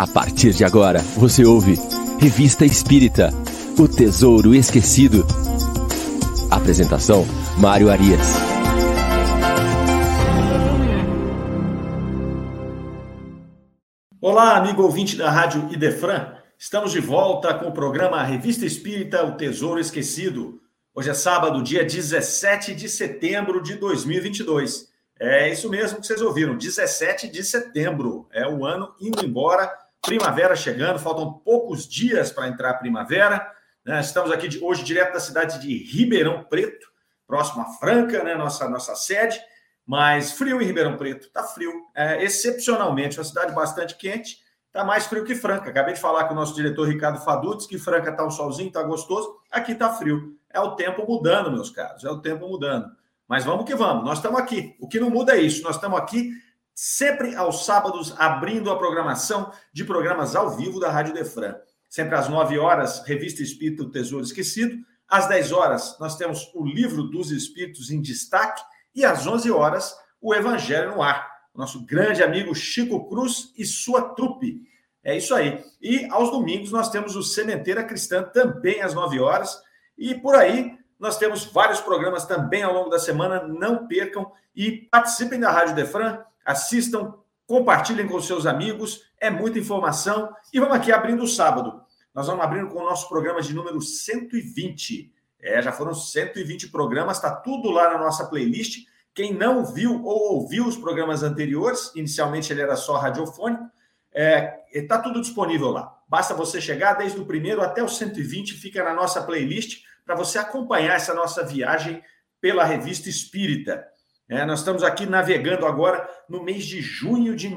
A partir de agora, você ouve Revista Espírita, O Tesouro Esquecido. Apresentação, Mário Arias. Olá, amigo ouvinte da Rádio Idefran. Estamos de volta com o programa Revista Espírita, O Tesouro Esquecido. Hoje é sábado, dia 17 de setembro de 2022. É isso mesmo que vocês ouviram, 17 de setembro. É o ano indo embora, primavera chegando, faltam poucos dias para entrar a primavera. Estamos aqui hoje direto da cidade de Ribeirão Preto, próximo a Franca, né, nossa sede, mas frio em Ribeirão Preto, tá frio, excepcionalmente, uma cidade bastante quente, tá mais frio que Franca. Acabei de falar com o nosso diretor Ricardo Fadutos, que Franca tá um solzinho, tá gostoso, aqui tá frio. É o tempo mudando, meus caros, é o tempo mudando. Mas vamos que vamos, nós estamos aqui. O que não muda é isso, nós estamos aqui sempre aos sábados, abrindo a programação de programas ao vivo da Rádio Idefran. Sempre às 9 horas, Revista Espírita, O Tesouro Esquecido. Às 10 horas, nós temos o Livro dos Espíritos em Destaque. E às 11 horas, o Evangelho no Ar. O nosso grande amigo Chico Cruz e sua trupe. É isso aí. E aos domingos, nós temos o Sementeira Cristã, também às 9 horas. E por aí, nós temos vários programas também ao longo da semana. Não percam e participem da Rádio Idefran. Assistam, compartilhem com seus amigos. É muita informação. E vamos aqui abrindo o sábado. Nós vamos abrindo com o nosso programa de número 120. Já foram 120 programas, está tudo lá na nossa playlist. Quem não viu ou ouviu os programas anteriores, inicialmente ele era só radiofônico, está tudo disponível lá. Basta você chegar desde o primeiro até o 120, fica na nossa playlist, para você acompanhar essa nossa viagem pela Revista Espírita. Nós estamos aqui navegando agora no mês de junho de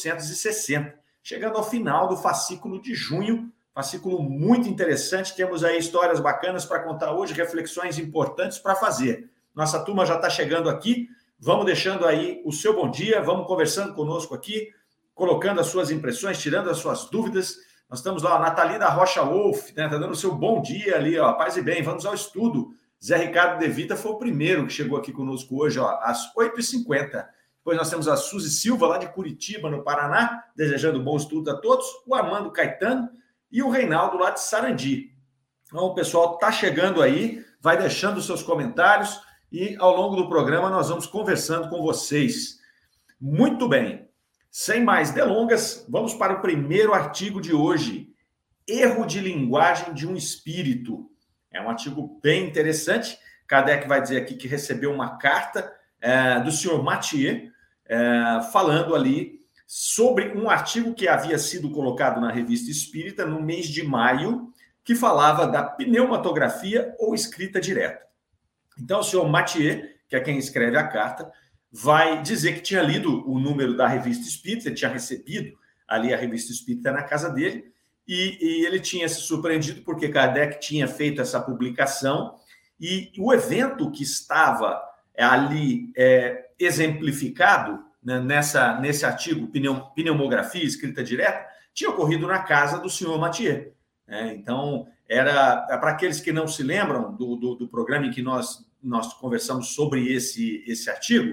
1860, chegando ao final do fascículo de junho. Fascículo muito interessante, temos aí histórias bacanas para contar hoje, reflexões importantes para fazer. Nossa turma já está chegando aqui, vamos deixando aí o seu bom dia, vamos conversando conosco aqui, colocando as suas impressões, tirando as suas dúvidas. Nós estamos lá, a Nathalie da Rocha Wolf, né, tá dando o seu bom dia ali, ó, paz e bem, vamos ao estudo. Zé Ricardo De Vita foi o primeiro que chegou aqui conosco hoje, ó, às 8h50. Depois nós temos a Suzy Silva, lá de Curitiba, no Paraná, desejando bom estudo a todos, o Armando Caetano, e o Reinaldo lá de Sarandi. Então, o pessoal está chegando aí, vai deixando os seus comentários e ao longo do programa nós vamos conversando com vocês. Muito bem. Sem mais delongas, vamos para o primeiro artigo de hoje. Erro de linguagem de um espírito. É um artigo bem interessante. Kardec vai dizer aqui que recebeu uma carta do senhor Mathieu, falando ali sobre um artigo que havia sido colocado na Revista Espírita no mês de maio, que falava da pneumatografia ou escrita direta. Então, o senhor Mathieu, que é quem escreve a carta, vai dizer que tinha lido o número da Revista Espírita, ele tinha recebido ali a Revista Espírita na casa dele, e ele tinha se surpreendido porque Kardec tinha feito essa publicação, e o evento que estava ali exemplificado, né, nesse artigo, pneumografia escrita direta, tinha ocorrido na casa do senhor Mathieu. Então, era para aqueles que não se lembram do programa em que nós conversamos sobre esse artigo,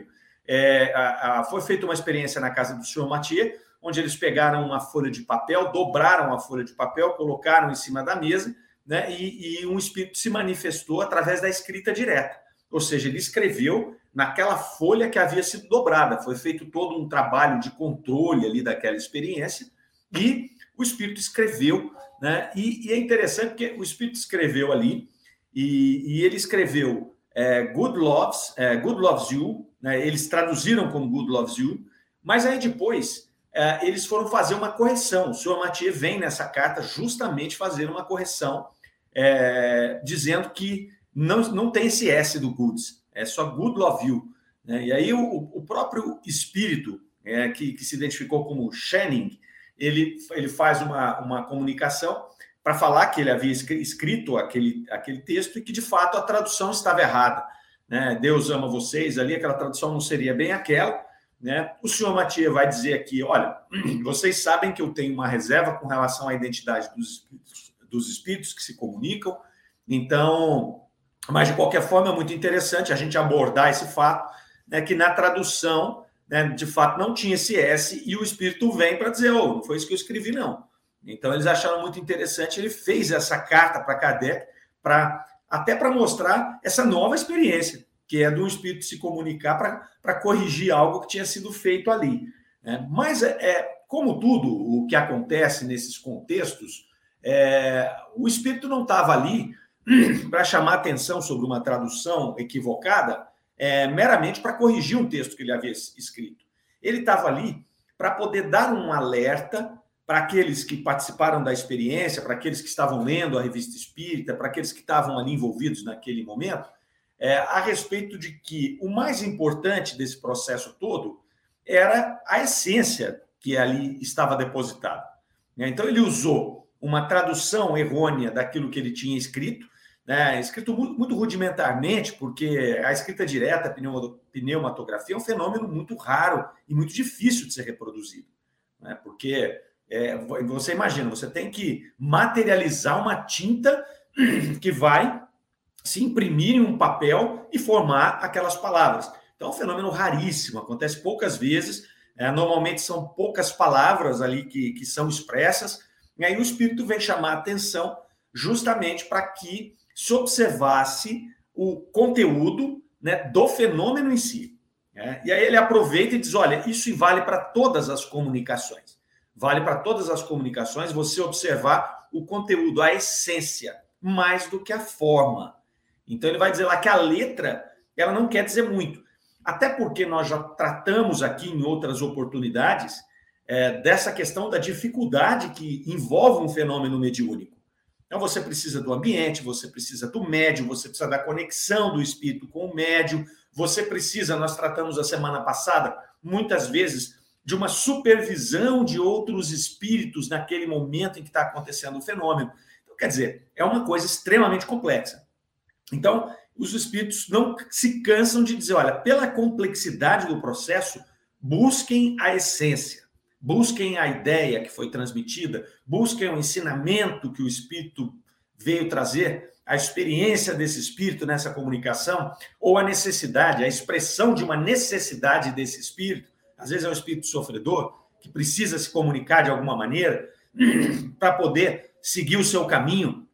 foi feita uma experiência na casa do senhor Mathieu, onde eles pegaram uma folha de papel, dobraram a folha de papel, colocaram em cima da mesa, né, e um espírito se manifestou através da escrita direta. Ou seja, ele escreveu naquela folha que havia sido dobrada. Foi feito todo um trabalho de controle ali daquela experiência e o espírito escreveu, né? E é interessante porque o espírito escreveu ali e ele escreveu Good loves you, né? Eles traduziram como Good loves you, mas aí depois eles foram fazer uma correção. O senhor Mathieu vem nessa carta justamente fazer uma correção, dizendo que não tem esse S do Goods, é só Good Love You. Né? E aí o próprio espírito, que se identificou como Channing, ele faz uma comunicação para falar que ele havia escrito aquele texto e que, de fato, a tradução estava errada. Né? Deus ama vocês, ali aquela tradução não seria bem aquela. Né? O senhor Mathieu vai dizer aqui, olha, vocês sabem que eu tenho uma reserva com relação à identidade dos espíritos que se comunicam, então... Mas, de qualquer forma, é muito interessante a gente abordar esse fato, né, que na tradução né, de fato não tinha esse S, e o espírito vem para dizer, não foi isso que eu escrevi, não. Então, eles acharam muito interessante, ele fez essa carta para Kardec, até para mostrar essa nova experiência, que é do espírito se comunicar para corrigir algo que tinha sido feito ali. Né? Mas, como tudo o que acontece nesses contextos, o espírito não estava ali para chamar atenção sobre uma tradução equivocada, meramente para corrigir um texto que ele havia escrito. Ele estava ali para poder dar um alerta para aqueles que participaram da experiência, para aqueles que estavam lendo a Revista Espírita, para aqueles que estavam ali envolvidos naquele momento, a respeito de que o mais importante desse processo todo era a essência que ali estava depositada. Então, ele usou uma tradução errônea daquilo que ele tinha escrito, né, escrito muito rudimentarmente, porque a escrita direta, a pneumatografia, é um fenômeno muito raro e muito difícil de ser reproduzido, né, porque você imagina, você tem que materializar uma tinta que vai se imprimir em um papel e formar aquelas palavras. Então, é um fenômeno raríssimo, acontece poucas vezes, normalmente são poucas palavras ali que são expressas, e aí o espírito vem chamar a atenção justamente para que se observasse o conteúdo, né, do fenômeno em si. Né? E aí ele aproveita e diz, olha, isso vale para todas as comunicações. Vale para todas as comunicações você observar o conteúdo, a essência, mais do que a forma. Então, ele vai dizer lá que a letra, ela não quer dizer muito. Até porque nós já tratamos aqui em outras oportunidades dessa questão da dificuldade que envolve um fenômeno mediúnico. Então, você precisa do ambiente, você precisa do médium, você precisa da conexão do espírito com o médium, você precisa, nós tratamos a semana passada, muitas vezes, de uma supervisão de outros espíritos naquele momento em que está acontecendo o fenômeno. Então, quer dizer, é uma coisa extremamente complexa. Então, os espíritos não se cansam de dizer, olha, pela complexidade do processo, busquem a essência, busquem a ideia que foi transmitida, busquem o ensinamento que o espírito veio trazer, a experiência desse espírito nessa comunicação, ou a necessidade, a expressão de uma necessidade desse espírito. Às vezes é um espírito sofredor, que precisa se comunicar de alguma maneira para poder seguir o seu caminho.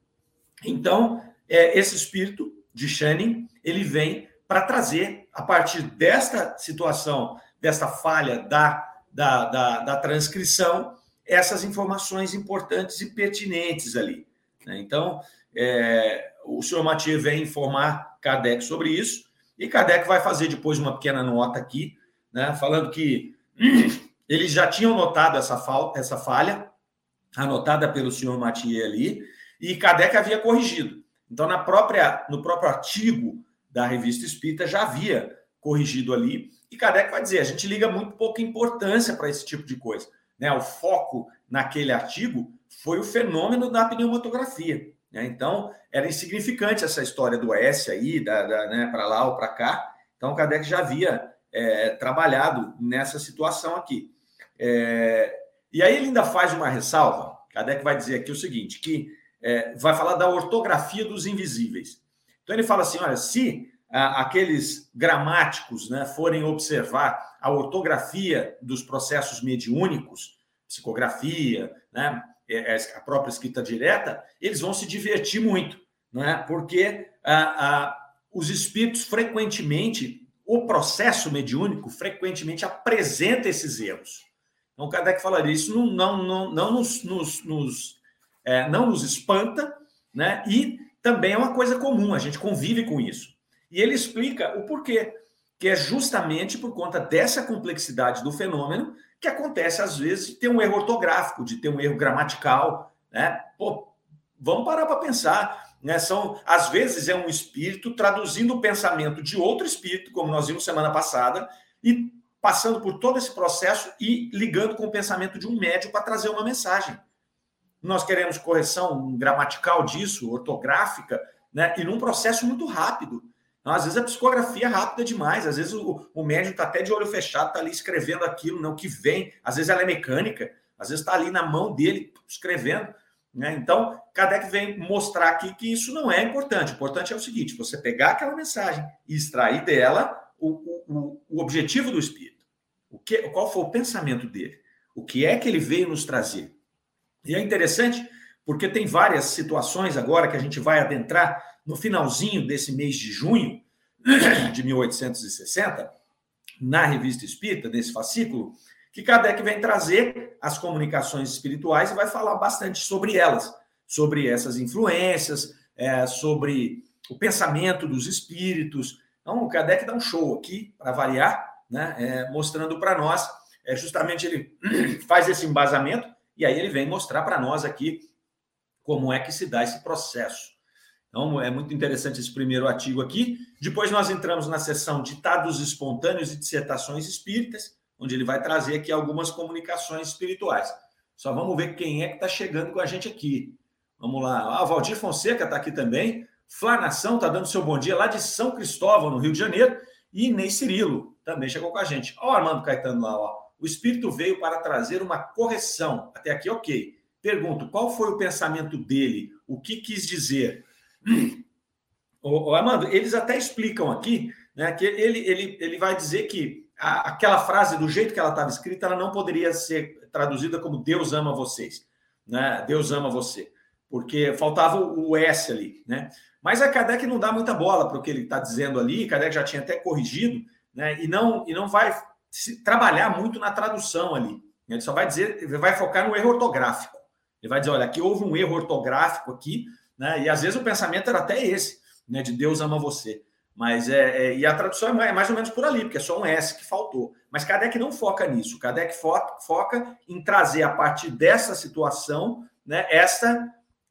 Então, esse espírito de Channing, ele vem para trazer, a partir desta situação, desta falha da transcrição, essas informações importantes e pertinentes ali. Então, o senhor Mathieu vem informar Kardec sobre isso, e Kardec vai fazer depois uma pequena nota aqui, né, falando que eles já tinham notado essa falha, anotada pelo senhor Mathieu ali, e Kardec havia corrigido. Então, no próprio artigo da Revista Espírita já havia corrigido ali, e Kardec vai dizer, a gente liga muito pouca importância para esse tipo de coisa. Né? O foco naquele artigo foi o fenômeno da pneumatografia. Né? Então, era insignificante essa história do S aí, né, para lá ou para cá. Então, Kardec já havia trabalhado nessa situação aqui. E aí ele ainda faz uma ressalva. Kardec vai dizer aqui o seguinte, que vai falar da ortografia dos invisíveis. Então, ele fala assim, olha, se aqueles gramáticos, né, forem observar a ortografia dos processos mediúnicos, psicografia, né, a própria escrita direta, eles vão se divertir muito, né, porque os espíritos frequentemente, o processo mediúnico frequentemente apresenta esses erros. Então, Kardec falaria, isso não nos espanta, né, e também é uma coisa comum, a gente convive com isso. E ele explica o porquê, que é justamente por conta dessa complexidade do fenômeno que acontece, às vezes, de ter um erro ortográfico, de ter um erro gramatical. Né? Vamos parar para pensar. Né? Às vezes é um espírito traduzindo o pensamento de outro espírito, como nós vimos semana passada, e passando por todo esse processo e ligando com o pensamento de um médium para trazer uma mensagem. Nós queremos correção gramatical disso, ortográfica, né? E num processo muito rápido. Às vezes a psicografia é rápida demais, às vezes o médium está até de olho fechado, está ali escrevendo aquilo, não que vem, às vezes ela é mecânica, às vezes está ali na mão dele escrevendo. Né? Então, Kardec vem mostrar aqui que isso não é importante. O importante é o seguinte, você pegar aquela mensagem e extrair dela o objetivo do espírito. qual foi o pensamento dele, o que é que ele veio nos trazer. E é interessante porque tem várias situações agora que a gente vai adentrar no finalzinho desse mês de junho de 1860, na Revista Espírita, nesse fascículo, que Kardec vem trazer as comunicações espirituais e vai falar bastante sobre elas, sobre essas influências, sobre o pensamento dos espíritos. Então, o Kardec dá um show aqui, para variar, né, mostrando para nós, justamente ele faz esse embasamento, e aí ele vem mostrar para nós aqui como é que se dá esse processo. Então, é muito interessante esse primeiro artigo aqui. Depois nós entramos na seção Ditados Espontâneos e Dissertações Espíritas, onde ele vai trazer aqui algumas comunicações espirituais. Só vamos ver quem é que está chegando com a gente aqui. Vamos lá. O Valdir Fonseca está aqui também. Flá Nação está dando seu bom dia lá de São Cristóvão, no Rio de Janeiro. E Inês Cirilo também chegou com a gente. Ó, o Armando Caetano lá, ó. O Espírito veio para trazer uma correção. Até aqui, ok. Pergunto, qual foi o pensamento dele? O que quis dizer? Armando, eles até explicam aqui, né, que ele vai dizer que aquela frase, do jeito que ela estava escrita, ela não poderia ser traduzida como Deus ama vocês, né? Deus ama você, porque faltava o S ali, né? Mas a Kardec não dá muita bola para o que ele está dizendo ali. Kardec já tinha até corrigido, né? E não vai trabalhar muito na tradução ali. Ele só vai dizer, ele vai focar no erro ortográfico. Ele vai dizer, olha, aqui houve um erro ortográfico aqui, né? E às vezes o pensamento era até esse, né? De Deus ama você. Mas e a tradução é mais ou menos por ali, porque é só um S que faltou. Mas Kardec não foca nisso. Kardec foca em trazer, a partir dessa situação, né, essa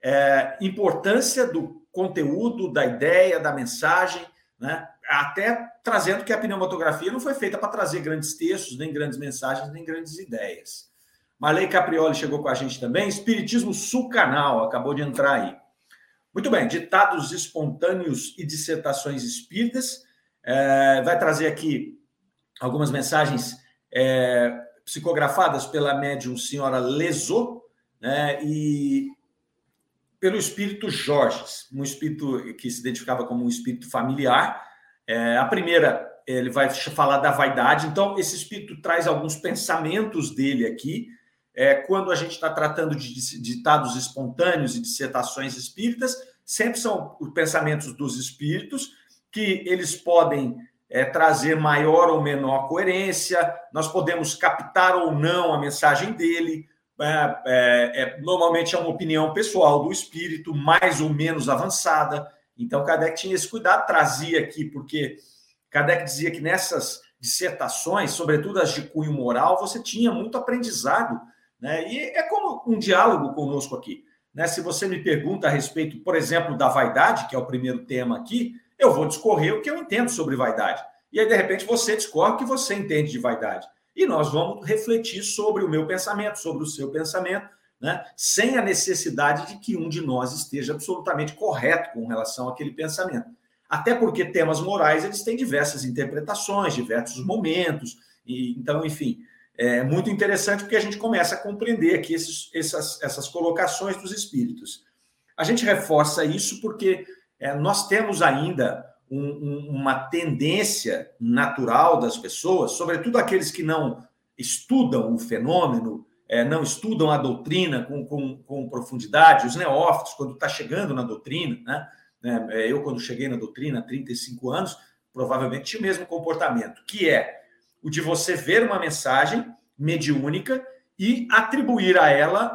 importância do conteúdo, da ideia, da mensagem, né, até trazendo que a pneumatografia não foi feita para trazer grandes textos, nem grandes mensagens, nem grandes ideias. Marley Caprioli chegou com a gente também. Espiritismo Sul Canal, acabou de entrar aí. Muito bem, Ditados Espontâneos e Dissertações Espíritas. Vai trazer aqui algumas mensagens psicografadas pela médium senhora Lesot, né, e pelo espírito Jorges, um espírito que se identificava como um espírito familiar. A primeira, ele vai falar da vaidade. Então, esse espírito traz alguns pensamentos dele aqui. Quando a gente está tratando de ditados espontâneos e dissertações espíritas, sempre são os pensamentos dos espíritos, que eles podem trazer maior ou menor coerência, nós podemos captar ou não a mensagem dele, normalmente é uma opinião pessoal do espírito, mais ou menos avançada. Então, Kardec tinha esse cuidado, trazia aqui, porque Kardec dizia que nessas dissertações, sobretudo as de cunho moral, você tinha muito aprendizado, né? E é como um diálogo conosco aqui, né? Se você me pergunta a respeito, por exemplo, da vaidade, que é o primeiro tema aqui, eu vou discorrer o que eu entendo sobre vaidade. E aí, de repente, você discorre o que você entende de vaidade. E nós vamos refletir sobre o meu pensamento, sobre o seu pensamento, né? Sem a necessidade de que um de nós esteja absolutamente correto com relação àquele pensamento. Até porque temas morais, eles têm diversas interpretações, diversos momentos. Então, enfim, é muito interessante porque a gente começa a compreender aqui essas colocações dos espíritos. A gente reforça isso porque nós temos ainda uma tendência natural das pessoas, sobretudo aqueles que não estudam o fenômeno, não estudam a doutrina com profundidade, os neófitos, quando está chegando na doutrina, né? Eu, quando cheguei na doutrina há 35 anos, provavelmente tinha o mesmo comportamento, que é o de você ver uma mensagem mediúnica e atribuir a ela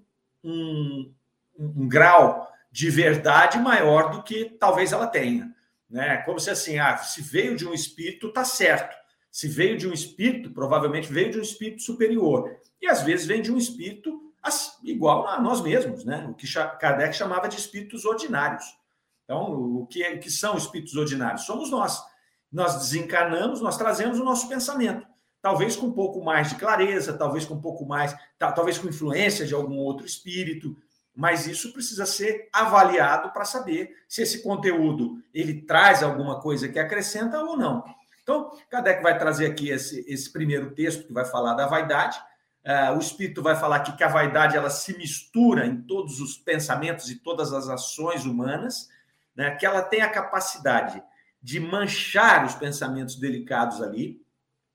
um grau de verdade maior do que talvez ela tenha, né? Como se assim, se veio de um espírito, está certo. Se veio de um espírito, provavelmente veio de um espírito superior. E às vezes vem de um espírito igual a nós mesmos, né? O que Kardec chamava de espíritos ordinários. Então, o que são espíritos ordinários? Somos nós. Nós desencarnamos, nós trazemos o nosso pensamento. Talvez com um pouco mais de clareza, talvez com um pouco mais, talvez com influência de algum outro espírito, mas isso precisa ser avaliado para saber se esse conteúdo ele traz alguma coisa que acrescenta ou não. Então, Kardec vai trazer aqui esse primeiro texto que vai falar da vaidade. O espírito vai falar aqui que a vaidade ela se mistura em todos os pensamentos e todas as ações humanas, né, que ela tem a capacidade de manchar os pensamentos delicados ali,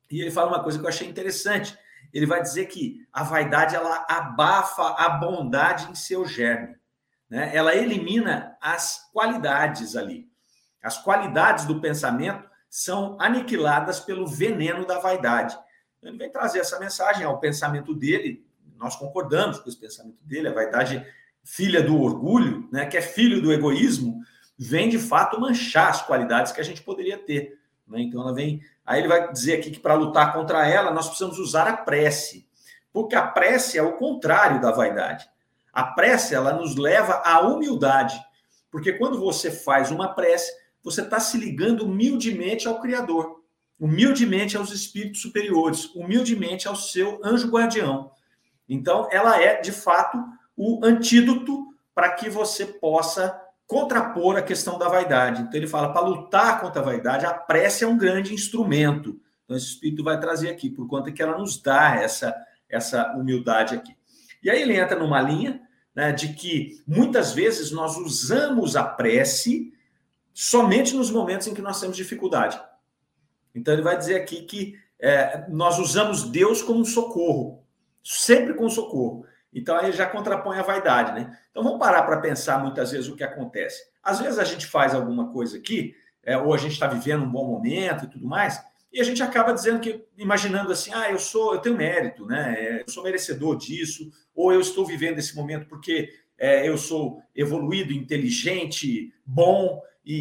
E ele fala uma coisa que eu achei interessante. Ele vai dizer que a vaidade ela abafa a bondade em seu germe, né? Ela elimina as qualidades ali. As qualidades do pensamento são aniquiladas pelo veneno da vaidade. Ele vem trazer essa mensagem ao pensamento dele. Nós concordamos com esse pensamento dele. A vaidade, filha do orgulho, né, que é filho do egoísmo, vem de fato manchar as qualidades que a gente poderia ter, né? Então ela vem. Aí ele vai dizer aqui que para lutar contra ela, nós precisamos usar a prece, porque a prece é o contrário da vaidade. A prece, ela nos leva à humildade, porque quando você faz uma prece, você está se ligando humildemente ao Criador, humildemente aos espíritos superiores, humildemente ao seu anjo guardião. Então, ela é, de fato, o antídoto para que você possa contrapor a questão da vaidade. Então, ele fala, para lutar contra a vaidade, a prece é um grande instrumento. Então, esse espírito vai trazer aqui, por conta que ela nos dá essa humildade aqui. E aí ele entra numa linha, né, de que muitas vezes nós usamos a prece somente nos momentos em que nós temos dificuldade. Então, ele vai dizer aqui que nós usamos Deus como um socorro, sempre com socorro. Então, aí já contrapõe a vaidade, né? Então, vamos parar para pensar muitas vezes o que acontece. Às vezes a gente faz alguma coisa aqui, ou a gente está vivendo um bom momento e tudo mais, e a gente acaba dizendo que, imaginando assim, eu tenho mérito, né? Eu sou merecedor disso, ou eu estou vivendo esse momento porque eu sou evoluído, inteligente, bom,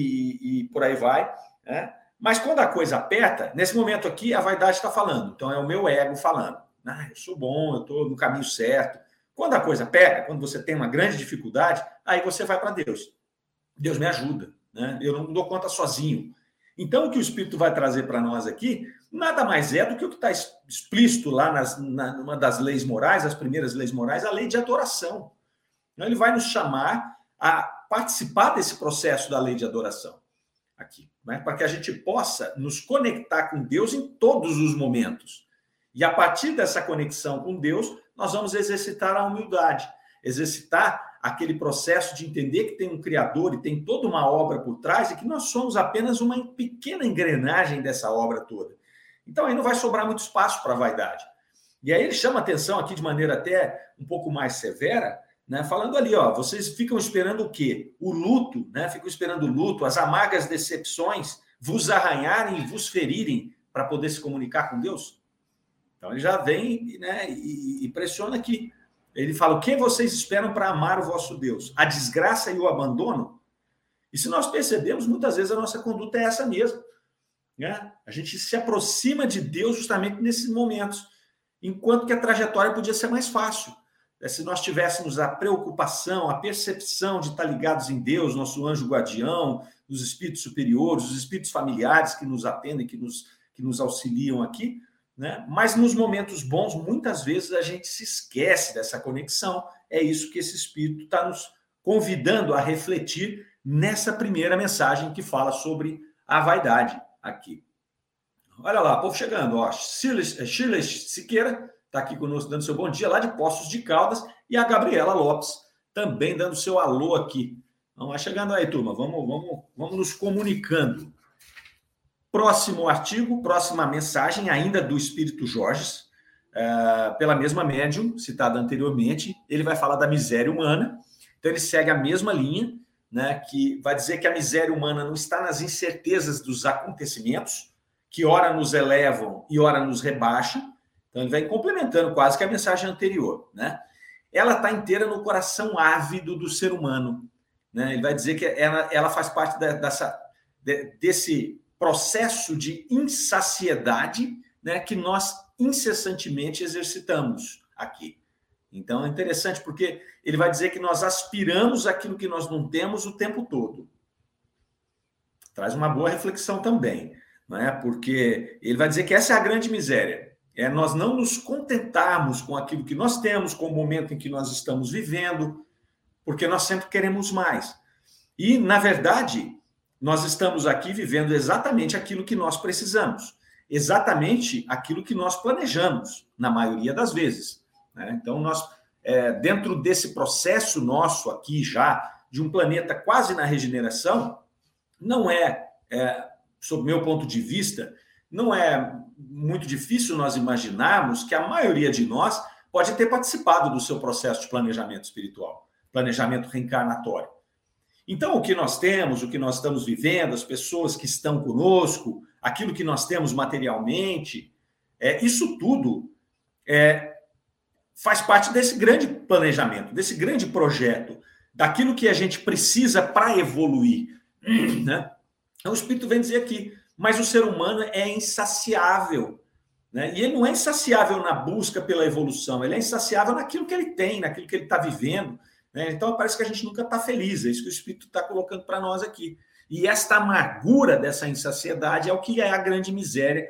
e por aí vai, né? Mas quando a coisa aperta, nesse momento aqui, a vaidade está falando. Então, é o meu ego falando. Eu sou bom, eu estou no caminho certo. Quando a coisa pega, quando você tem uma grande dificuldade, aí você vai para Deus. Deus me ajuda, né? Eu não dou conta sozinho. Então, o que o Espírito vai trazer para nós aqui, nada mais é do que o que está explícito lá numa das leis morais, as primeiras leis morais, a lei de adoração. Então, ele vai nos chamar a participar desse processo da lei de adoração aqui, né? Para que a gente possa nos conectar com Deus em todos os momentos. E a partir dessa conexão com Deus, nós vamos exercitar a humildade, exercitar aquele processo de entender que tem um Criador e tem toda uma obra por trás e que nós somos apenas uma pequena engrenagem dessa obra toda. Então, aí não vai sobrar muito espaço para a vaidade. E aí ele chama atenção aqui de maneira até um pouco mais severa, né, falando ali, vocês ficam esperando o quê? O luto, né? Ficam esperando o luto, as amargas decepções vos arranharem e vos ferirem para poder se comunicar com Deus? Então, ele já vem, né, e pressiona aqui. Ele fala, o que vocês esperam para amar o vosso Deus? A desgraça e o abandono? E se nós percebemos, muitas vezes a nossa conduta é essa mesmo, né? A gente se aproxima de Deus justamente nesses momentos, enquanto que a trajetória podia ser mais fácil. Se nós tivéssemos a preocupação, a percepção de estar ligados em Deus, nosso anjo guardião, os espíritos superiores, os espíritos familiares que nos atendem, que nos auxiliam aqui, né? Mas nos momentos bons, muitas vezes a gente se esquece dessa conexão. É isso que esse Espírito está nos convidando a refletir nessa primeira mensagem que fala sobre a vaidade aqui. Olha lá, povo chegando. Shirley Siqueira está aqui conosco dando seu bom dia lá de Poços de Caldas e a Gabriela Lopes também dando seu alô aqui. Vamos chegando aí, turma. Vamos nos comunicando. Próximo artigo, próxima mensagem, ainda do Espírito Jorge, pela mesma médium, citada anteriormente, ele vai falar da miséria humana. Então, ele segue a mesma linha, né, que vai dizer que a miséria humana não está nas incertezas dos acontecimentos, que ora nos elevam e ora nos rebaixam. Então, ele vai complementando quase que a mensagem anterior, né? Ela está inteira no coração ávido do ser humano, né? Ele vai dizer que ela faz parte desse processo de insaciedade, né, que nós incessantemente exercitamos aqui. Então, é interessante porque ele vai dizer que nós aspiramos aquilo que nós não temos o tempo todo. Traz uma boa reflexão também, não é? Porque ele vai dizer que essa é a grande miséria. É nós não nos contentarmos com aquilo que nós temos, com o momento em que nós estamos vivendo, porque nós sempre queremos mais. E, na verdade, nós estamos aqui vivendo exatamente aquilo que nós precisamos, exatamente aquilo que nós planejamos, na maioria das vezes, né? Então, nós, dentro desse processo nosso aqui já, de um planeta quase na regeneração, não sob meu ponto de vista, não é muito difícil nós imaginarmos que a maioria de nós pode ter participado do seu processo de planejamento espiritual, planejamento reencarnatório. Então, o que nós temos, o que nós estamos vivendo, as pessoas que estão conosco, aquilo que nós temos materialmente, isso tudo faz parte desse grande planejamento, desse grande projeto, daquilo que a gente precisa para evoluir, né? Então, o Espírito vem dizer aqui, mas o ser humano é insaciável, né? E ele não é insaciável na busca pela evolução, ele é insaciável naquilo que ele tem, naquilo que ele está vivendo, né? Então, parece que a gente nunca está feliz, é isso que o Espírito está colocando para nós aqui. E esta amargura dessa insaciedade é o que é a grande miséria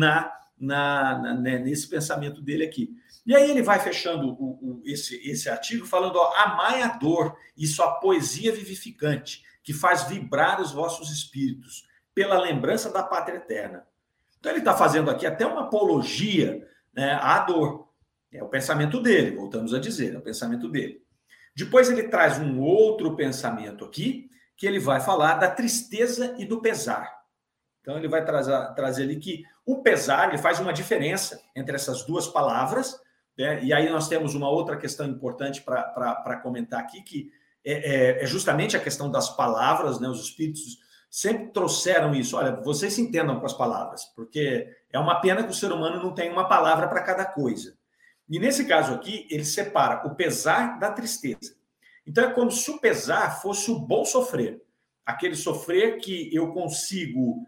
nesse pensamento dele aqui. E aí ele vai fechando esse artigo falando, amai a dor, isso a poesia vivificante, que faz vibrar os vossos espíritos, pela lembrança da pátria eterna. Então ele está fazendo aqui até uma apologia, né, à dor. É o pensamento dele, voltamos a dizer, é o pensamento dele. Depois ele traz um outro pensamento aqui, que ele vai falar da tristeza e do pesar. Então ele vai trazer ali que o pesar, ele faz uma diferença entre essas duas palavras, né? E aí nós temos uma outra questão importante para comentar aqui, que é justamente a questão das palavras, né? Os espíritos sempre trouxeram isso. Olha, vocês se entendam com as palavras, porque é uma pena que o ser humano não tem uma palavra para cada coisa. E nesse caso aqui, ele separa o pesar da tristeza. Então é como se o pesar fosse o bom sofrer, aquele sofrer que eu consigo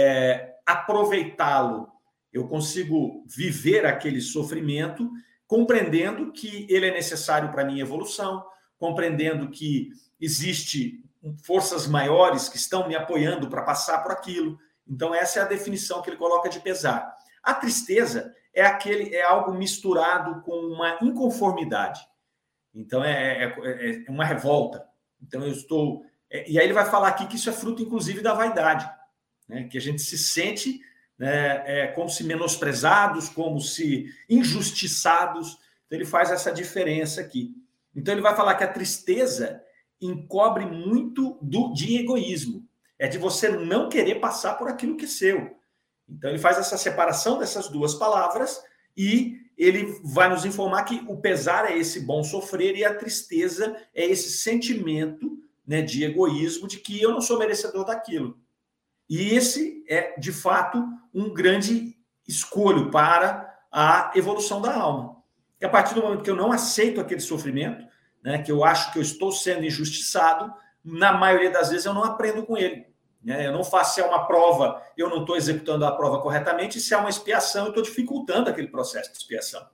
aproveitá-lo, eu consigo viver aquele sofrimento, compreendendo que ele é necessário para a minha evolução, compreendendo que existe forças maiores que estão me apoiando para passar por aquilo. Então essa é a definição que ele coloca de pesar. A tristeza é algo misturado com uma inconformidade. Então é uma revolta. Então eu estou... e aí ele vai falar aqui que isso é fruto, inclusive, da vaidade, né? Que a gente se sente, né, como se menosprezados, como se injustiçados. Então ele faz essa diferença aqui. Então ele vai falar que a tristeza encobre muito de egoísmo. É de você não querer passar por aquilo que é seu. Então ele faz essa separação dessas duas palavras e ele vai nos informar que o pesar é esse bom sofrer e a tristeza é esse sentimento, né, de egoísmo, de que eu não sou merecedor daquilo. E esse é, de fato, um grande escolho para a evolução da alma. Que a partir do momento que eu não aceito aquele sofrimento, né, que eu acho que eu estou sendo injustiçado, na maioria das vezes eu não aprendo com ele. Né? Eu não faço, se é uma prova, eu não estou executando a prova corretamente, e se é uma expiação, eu estou dificultando aquele processo de expiação.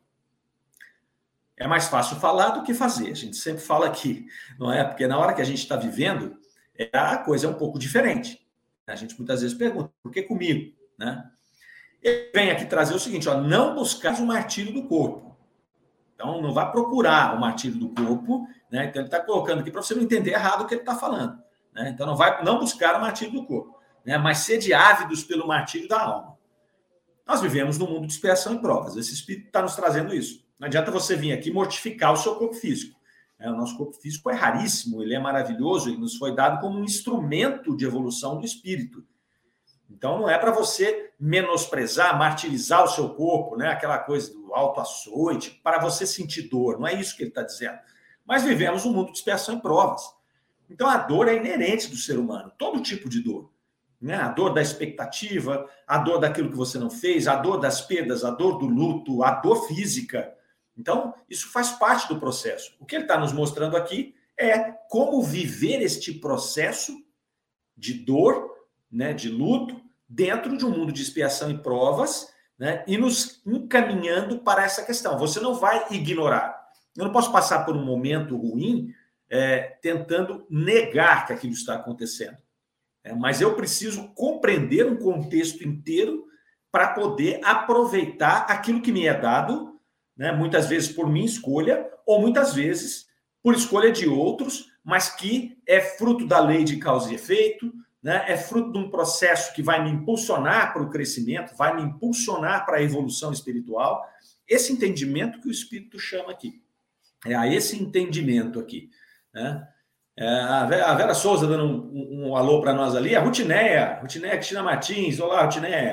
É mais fácil falar do que fazer, a gente sempre fala aqui, não é? Porque na hora que a gente está vivendo, a coisa é um pouco diferente. A gente muitas vezes pergunta, por que comigo? Né? Ele vem aqui trazer o seguinte, não buscar o martírio do corpo. Então, não vá procurar o martírio do corpo, né? Então, ele está colocando aqui para você não entender errado o que ele está falando. Né? Então, não buscar o martírio do corpo, né? Mas sede ávidos pelo martírio da alma. Nós vivemos num mundo de expiação e provas. Esse Espírito está nos trazendo isso. Não adianta você vir aqui mortificar o seu corpo físico. O nosso corpo físico é raríssimo, ele é maravilhoso, ele nos foi dado como um instrumento de evolução do espírito. Então, não é para você menosprezar, martirizar o seu corpo, né? Aquela coisa do autoaçoite, para você sentir dor. Não é isso que ele está dizendo. Mas vivemos um mundo de expiação e provas. Então, a dor é inerente do ser humano, todo tipo de dor. Né? A dor da expectativa, a dor daquilo que você não fez, a dor das perdas, a dor do luto, a dor física. Então, isso faz parte do processo. O que ele está nos mostrando aqui é como viver este processo de dor, né, de luto, dentro de um mundo de expiação e provas, né, e nos encaminhando para essa questão. Você não vai ignorar. Eu não posso passar por um momento ruim tentando negar que aquilo está acontecendo. Mas eu preciso compreender um contexto inteiro para poder aproveitar aquilo que me é dado, né, muitas vezes por minha escolha, ou muitas vezes por escolha de outros, mas que é fruto da lei de causa e efeito, né, é fruto de um processo que vai me impulsionar para o crescimento, vai me impulsionar para a evolução espiritual. Esse entendimento que o Espírito chama aqui. É a esse entendimento aqui. Né? A Vera Souza dando um alô para nós ali, a Rutineia Cristina Martins, olá, Rutineia.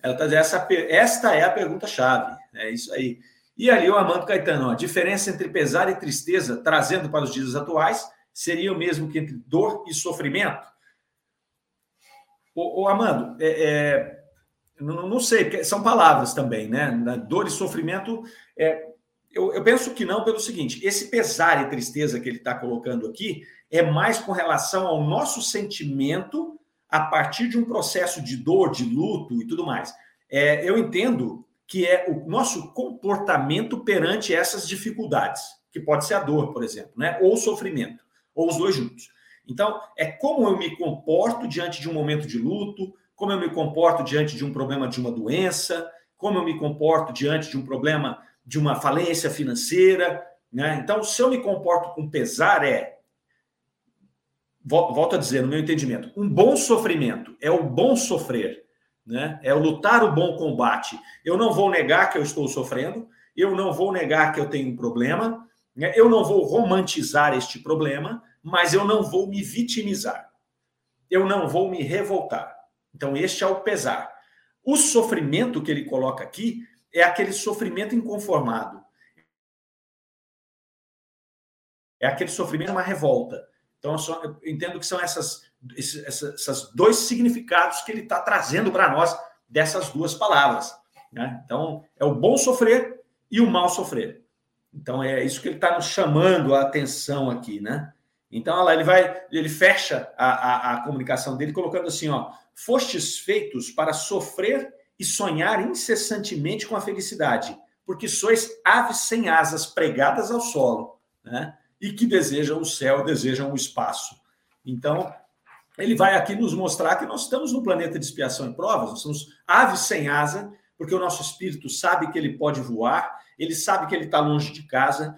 Ela está dizendo, esta é a pergunta-chave. É isso aí. E ali o Armando Caetano, a diferença entre pesar e tristeza, trazendo para os dias atuais, seria o mesmo que entre dor e sofrimento? Ô Armando, não sei, porque são palavras também, né? Dor e sofrimento, eu penso que não, pelo seguinte, esse pesar e tristeza que ele está colocando aqui é mais com relação ao nosso sentimento a partir de um processo de dor, de luto e tudo mais. Eu entendo que é o nosso comportamento perante essas dificuldades, que pode ser a dor, por exemplo, né? Ou o sofrimento, ou os dois juntos. Então, é como eu me comporto diante de um momento de luto, como eu me comporto diante de um problema de uma doença, como eu me comporto diante de um problema de uma falência financeira, né? Então, se eu me comporto com pesar, volto a dizer, no meu entendimento, um bom sofrimento é o bom sofrer, né? É o lutar o bom combate. Eu não vou negar que eu estou sofrendo, eu não vou negar que eu tenho um problema, né? Eu não vou romantizar este problema, mas eu não vou me vitimizar. Eu não vou me revoltar. Então, este é o pesar. O sofrimento que ele coloca aqui é aquele sofrimento inconformado. É aquele sofrimento, uma revolta. Então, eu entendo que são esses dois significados que ele está trazendo para nós dessas duas palavras, né? Então, é o bom sofrer e o mal sofrer. Então, é isso que ele está nos chamando a atenção aqui, né? Então, olha lá, ele fecha a comunicação dele colocando assim, ó, fostes feitos para sofrer e sonhar incessantemente com a felicidade, porque sois aves sem asas pregadas ao solo, né? E que desejam o céu, desejam o espaço. Então, ele vai aqui nos mostrar que nós estamos num planeta de expiação e provas, nós somos aves sem asa, porque o nosso espírito sabe que ele pode voar, ele sabe que ele está longe de casa,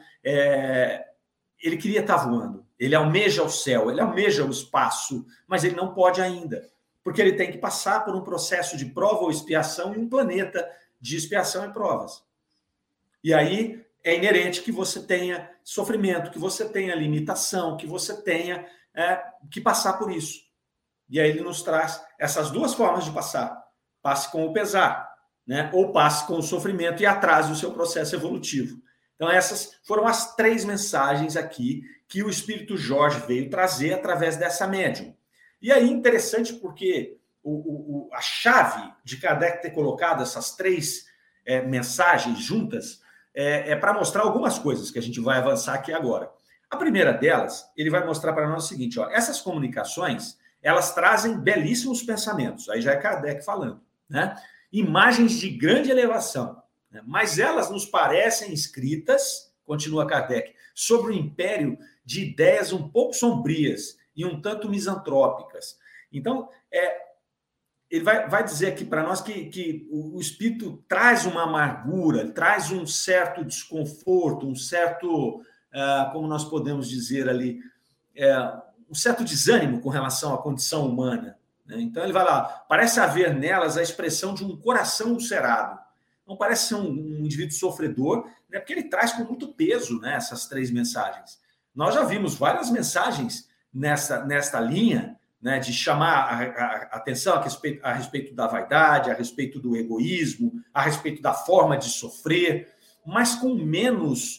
ele queria estar voando, ele almeja o céu, ele almeja o espaço, mas ele não pode ainda, porque ele tem que passar por um processo de prova ou expiação em um planeta de expiação e provas. E aí é inerente que você tenha sofrimento, que você tenha limitação, que você tenha que passar por isso. E aí ele nos traz essas duas formas de passar. Passe com o pesar, né? Ou passe com o sofrimento e atrase o seu processo evolutivo. Então essas foram as 3 mensagens aqui que o Espírito Jorge veio trazer através dessa médium. E aí interessante porque a chave de Kardec ter colocado essas 3 mensagens juntas para mostrar algumas coisas que a gente vai avançar aqui agora. A primeira delas, ele vai mostrar para nós o seguinte, ó, essas comunicações, elas trazem belíssimos pensamentos, aí já é Kardec falando, né? Imagens de grande elevação, né? Mas elas nos parecem escritas, continua Kardec, sobre um império de ideias um pouco sombrias e um tanto misantrópicas. Então, ele vai dizer aqui para nós que o espírito traz uma amargura, traz um certo desconforto, um certo, como nós podemos dizer ali, um certo desânimo com relação à condição humana, né? Então ele vai lá, parece haver nelas a expressão de um coração ulcerado. Não parece ser um indivíduo sofredor, né? Porque ele traz com muito peso, né, essas 3 mensagens. Nós já vimos várias mensagens nesta linha, né, de chamar a atenção a respeito da vaidade, a respeito do egoísmo, a respeito da forma de sofrer, mas com menos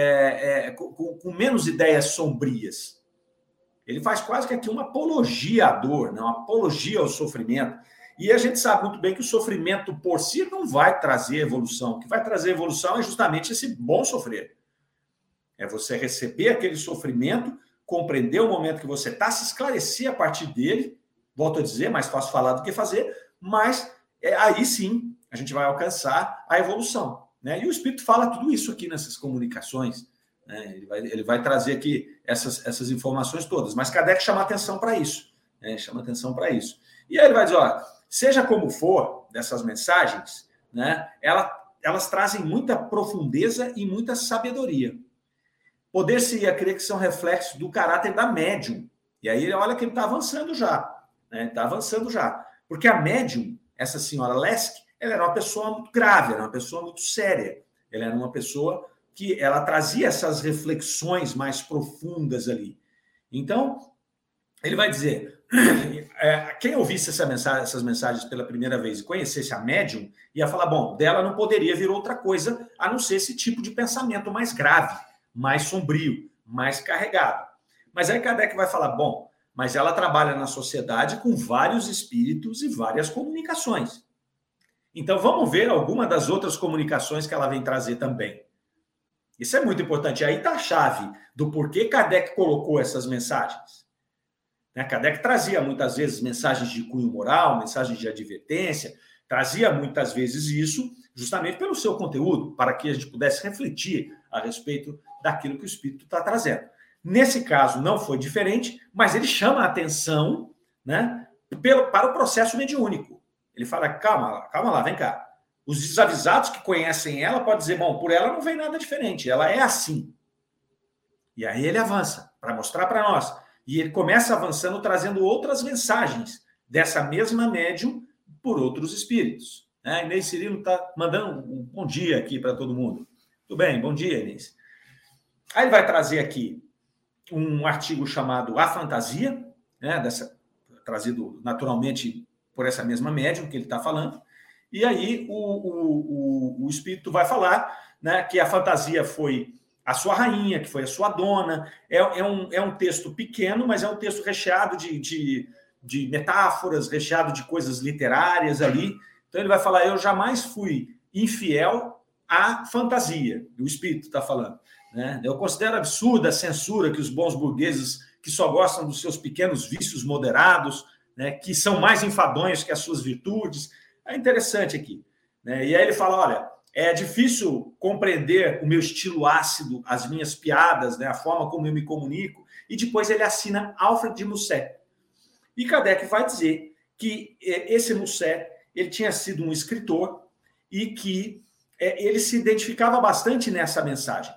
ideias sombrias. Ele faz quase que aqui uma apologia à dor, né, uma apologia ao sofrimento. E a gente sabe muito bem que o sofrimento por si não vai trazer evolução. O que vai trazer evolução é justamente esse bom sofrer. É você receber aquele sofrimento, compreender o momento que você está, se esclarecer a partir dele, volto a dizer, mais fácil falar do que fazer, mas aí sim a gente vai alcançar a evolução, né? E o Espírito fala tudo isso aqui nessas comunicações, né? Ele vai trazer aqui essas informações todas, mas Kardec chama atenção para isso, né? Chama atenção para isso. E aí ele vai dizer, ó, seja como for dessas mensagens, né, elas trazem muita profundeza e muita sabedoria. Poder-se-ia crer que são reflexos do caráter da médium. E aí, olha que ele está avançando já. Né? Está avançando já. Porque a médium, essa senhora Lesk, ela era uma pessoa muito grave, era uma pessoa muito séria. Ela era uma pessoa que ela trazia essas reflexões mais profundas ali. Então, ele vai dizer, quem ouvisse essas mensagens pela primeira vez e conhecesse a médium, ia falar, bom, dela não poderia vir outra coisa a não ser esse tipo de pensamento mais grave, mais sombrio, mais carregado. Mas aí Kardec vai falar, bom, mas ela trabalha na sociedade com vários espíritos e várias comunicações. Então vamos ver alguma das outras comunicações que ela vem trazer também. Isso é muito importante. Aí está a chave do porquê Kardec colocou essas mensagens. Kardec trazia muitas vezes mensagens de cunho moral, mensagens de advertência, trazia muitas vezes isso justamente pelo seu conteúdo, para que a gente pudesse refletir a respeito daquilo que o Espírito está trazendo. Nesse caso não foi diferente, mas ele chama a atenção, né, para o processo mediúnico. Ele fala, calma lá, vem cá. Os desavisados que conhecem ela podem dizer, bom, por ela não vem nada diferente, ela é assim. E aí ele avança para mostrar para nós. E ele começa avançando, trazendo outras mensagens dessa mesma médium por outros espíritos. Inês Cirilo está mandando um bom dia aqui para todo mundo. Tudo bem, bom dia, Inês. Aí ele vai trazer aqui um artigo chamado A Fantasia, trazido naturalmente por essa mesma médium que ele está falando. E aí o espírito vai falar, né, que a fantasia foi a sua rainha, que foi a sua dona. É um texto pequeno, mas é um texto recheado de metáforas, recheado de coisas literárias ali. Então ele vai falar, eu jamais fui infiel à fantasia, o espírito está falando. Né? Eu considero absurda a censura que os bons burgueses, que só gostam dos seus pequenos vícios moderados, né, que são mais enfadonhos que as suas virtudes. É interessante aqui. Né? E aí ele fala, olha, é difícil compreender o meu estilo ácido, as minhas piadas, né, a forma como eu me comunico. E depois ele assina Alfred de Musset. E Kardec vai dizer que esse Musset ele tinha sido um escritor e que ele se identificava bastante nessa mensagem.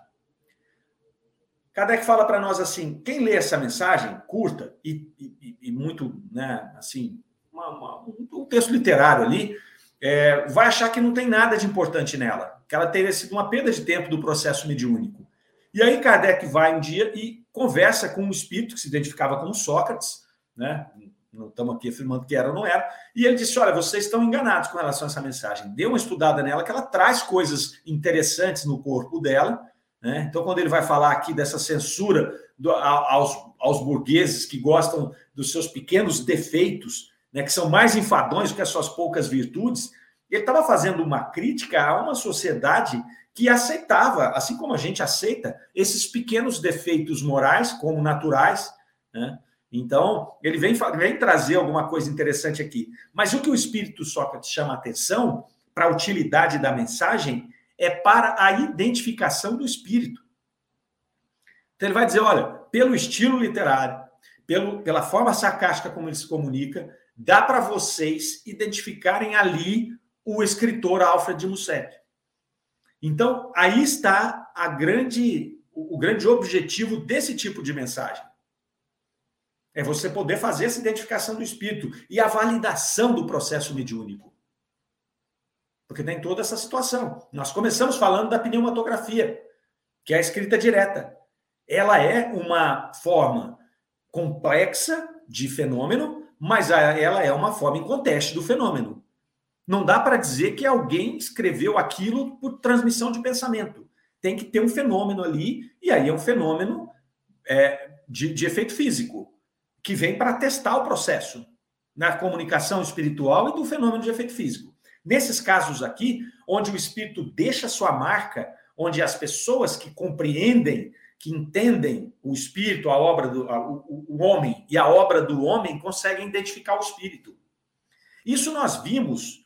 Kardec fala para nós assim, quem lê essa mensagem curta e muito, né, assim, um texto literário ali, vai achar que não tem nada de importante nela, que ela teria sido uma perda de tempo do processo mediúnico. E aí Kardec vai um dia e conversa com um espírito que se identificava como Sócrates, né? Não estamos aqui afirmando que era ou não era, e ele disse, olha, vocês estão enganados com relação a essa mensagem. Dê uma estudada nela, que ela traz coisas interessantes no corpo dela, né? Então, quando ele vai falar aqui dessa censura aos burgueses que gostam dos seus pequenos defeitos, né, que são mais enfadonhos que as suas poucas virtudes, ele estava fazendo uma crítica a uma sociedade que aceitava, assim como a gente aceita, esses pequenos defeitos morais como naturais, né? Então, ele vem trazer alguma coisa interessante aqui. Mas o que o espírito Sócrates chama a atenção para a utilidade da mensagem é para a identificação do espírito. Então, ele vai dizer, olha, pelo estilo literário, pela forma sarcástica como ele se comunica, dá para vocês identificarem ali o escritor Alfred de Musset. Então, aí está o grande objetivo desse tipo de mensagem. É você poder fazer essa identificação do espírito e a validação do processo mediúnico. Porque tem toda essa situação. Nós começamos falando da pneumatografia, que é a escrita direta. Ela é uma forma complexa de fenômeno, mas ela é uma forma inconteste do fenômeno. Não dá para dizer que alguém escreveu aquilo por transmissão de pensamento. Tem que ter um fenômeno ali, e aí é um fenômeno de efeito físico, que vem para testar o processo na comunicação espiritual e do fenômeno de efeito físico. Nesses casos aqui, onde o espírito deixa sua marca, onde as pessoas que compreendem, que entendem o espírito, a obra o homem e a obra do homem conseguem identificar o espírito. Isso nós vimos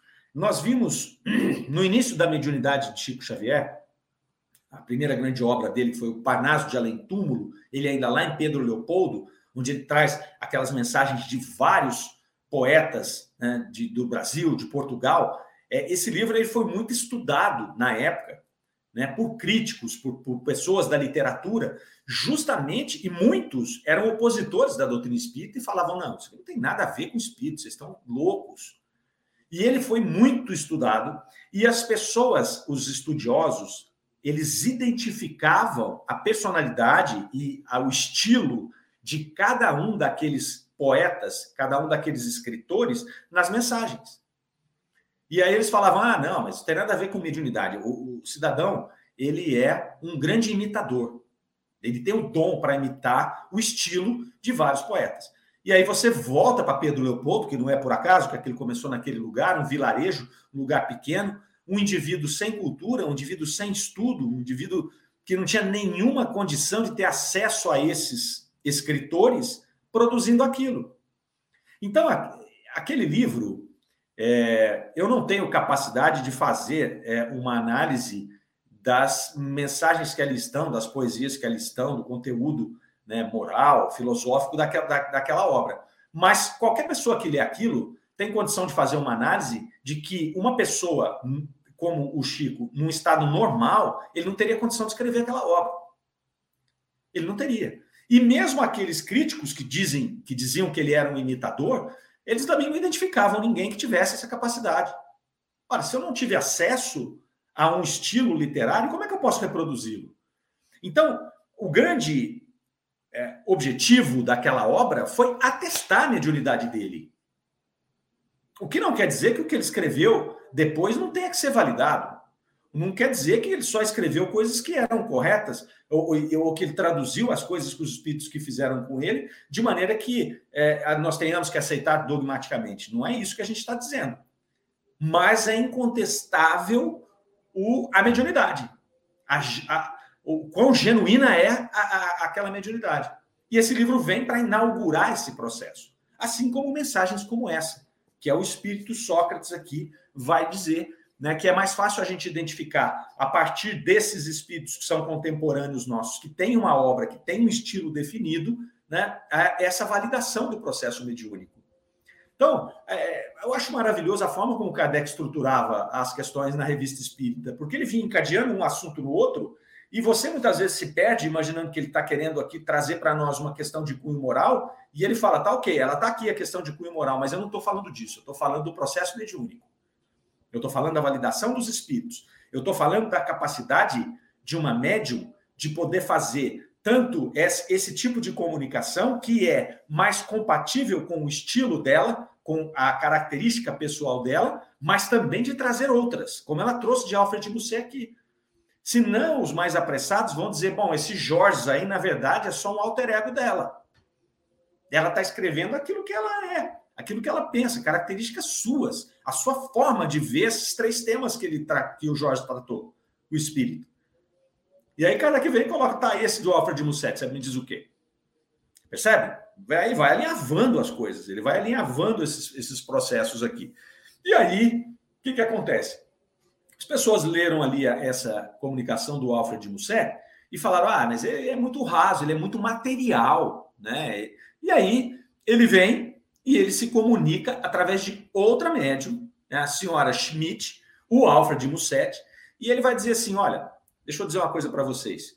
no início da mediunidade de Chico Xavier, a primeira grande obra dele, que foi o Parnaso de Além Túmulo, ele ainda lá em Pedro Leopoldo, onde ele traz aquelas mensagens de vários poetas, né, do Brasil, de Portugal. Esse livro ele foi muito estudado na época, né, por críticos, por pessoas da literatura, justamente, e muitos eram opositores da doutrina espírita e falavam, não, isso não tem nada a ver com espírito, vocês estão loucos. E ele foi muito estudado, e as pessoas, os estudiosos, eles identificavam a personalidade e o estilo de cada um daqueles poetas, cada um daqueles escritores, nas mensagens. E aí eles falavam, não, mas isso tem nada a ver com mediunidade. O cidadão, ele é um grande imitador. Ele tem o dom para imitar o estilo de vários poetas. E aí você volta para Pedro Leopoldo, que não é por acaso que ele começou naquele lugar, um vilarejo, um lugar pequeno, um indivíduo sem cultura, um indivíduo sem estudo, um indivíduo que não tinha nenhuma condição de ter acesso a esses escritores produzindo aquilo. Então, aquele livro, eu não tenho capacidade de fazer uma análise das mensagens que ali estão, das poesias que ali estão, do conteúdo, né, moral, filosófico daquela obra. Mas qualquer pessoa que lê aquilo tem condição de fazer uma análise de que uma pessoa como o Chico, num estado normal, ele não teria condição de escrever aquela obra. Ele não teria. E mesmo aqueles críticos que diziam que ele era um imitador, eles também não identificavam ninguém que tivesse essa capacidade. Ora, se eu não tive acesso a um estilo literário, como é que eu posso reproduzi-lo? Então, o grande objetivo daquela obra foi atestar a mediunidade dele. O que não quer dizer que o que ele escreveu depois não tenha que ser validado. Não quer dizer que ele só escreveu coisas que eram corretas ou que ele traduziu as coisas que os espíritos que fizeram com ele de maneira que nós tenhamos que aceitar dogmaticamente. Não é isso que a gente está dizendo. Mas é incontestável a mediunidade. O quão genuína é aquela mediunidade. E esse livro vem para inaugurar esse processo. Assim como mensagens como essa, que é o espírito Sócrates aqui, vai dizer, né, que é mais fácil a gente identificar, a partir desses espíritos que são contemporâneos nossos, que têm uma obra, que tem um estilo definido, né, essa validação do processo mediúnico. Então, eu acho maravilhoso a forma como Kardec estruturava as questões na Revista Espírita, porque ele vinha encadeando um assunto no outro, e você muitas vezes se perde imaginando que ele está querendo aqui trazer para nós uma questão de cunho moral, e ele fala, tá ok, ela está aqui a questão de cunho moral, mas eu não estou falando disso, eu estou falando do processo mediúnico. Eu estou falando da validação dos espíritos. Eu estou falando da capacidade de uma médium de poder fazer tanto esse tipo de comunicação que é mais compatível com o estilo dela, com a característica pessoal dela, mas também de trazer outras, como ela trouxe de Alfred de Musset aqui. Senão, os mais apressados vão dizer, bom, esse Jorge aí, na verdade, é só um alter ego dela. Ela está escrevendo aquilo que ela é, aquilo que ela pensa, características suas, a sua forma de ver esses 3 temas que o Jorge tratou, o espírito. E aí, cada que vem, coloca, tá, esse do Alfred de Musset, você me diz o quê? Percebe? Vai alinhavando as coisas, ele vai alinhavando esses processos aqui. E aí, o que acontece? As pessoas leram ali essa comunicação do Alfred de Musset e falaram, mas ele é muito raso, ele é muito material, né? E aí, ele vem e ele se comunica através de outra médium, né, a senhora Schmidt, o Alfred de Musset, e ele vai dizer assim, olha, deixa eu dizer uma coisa para vocês,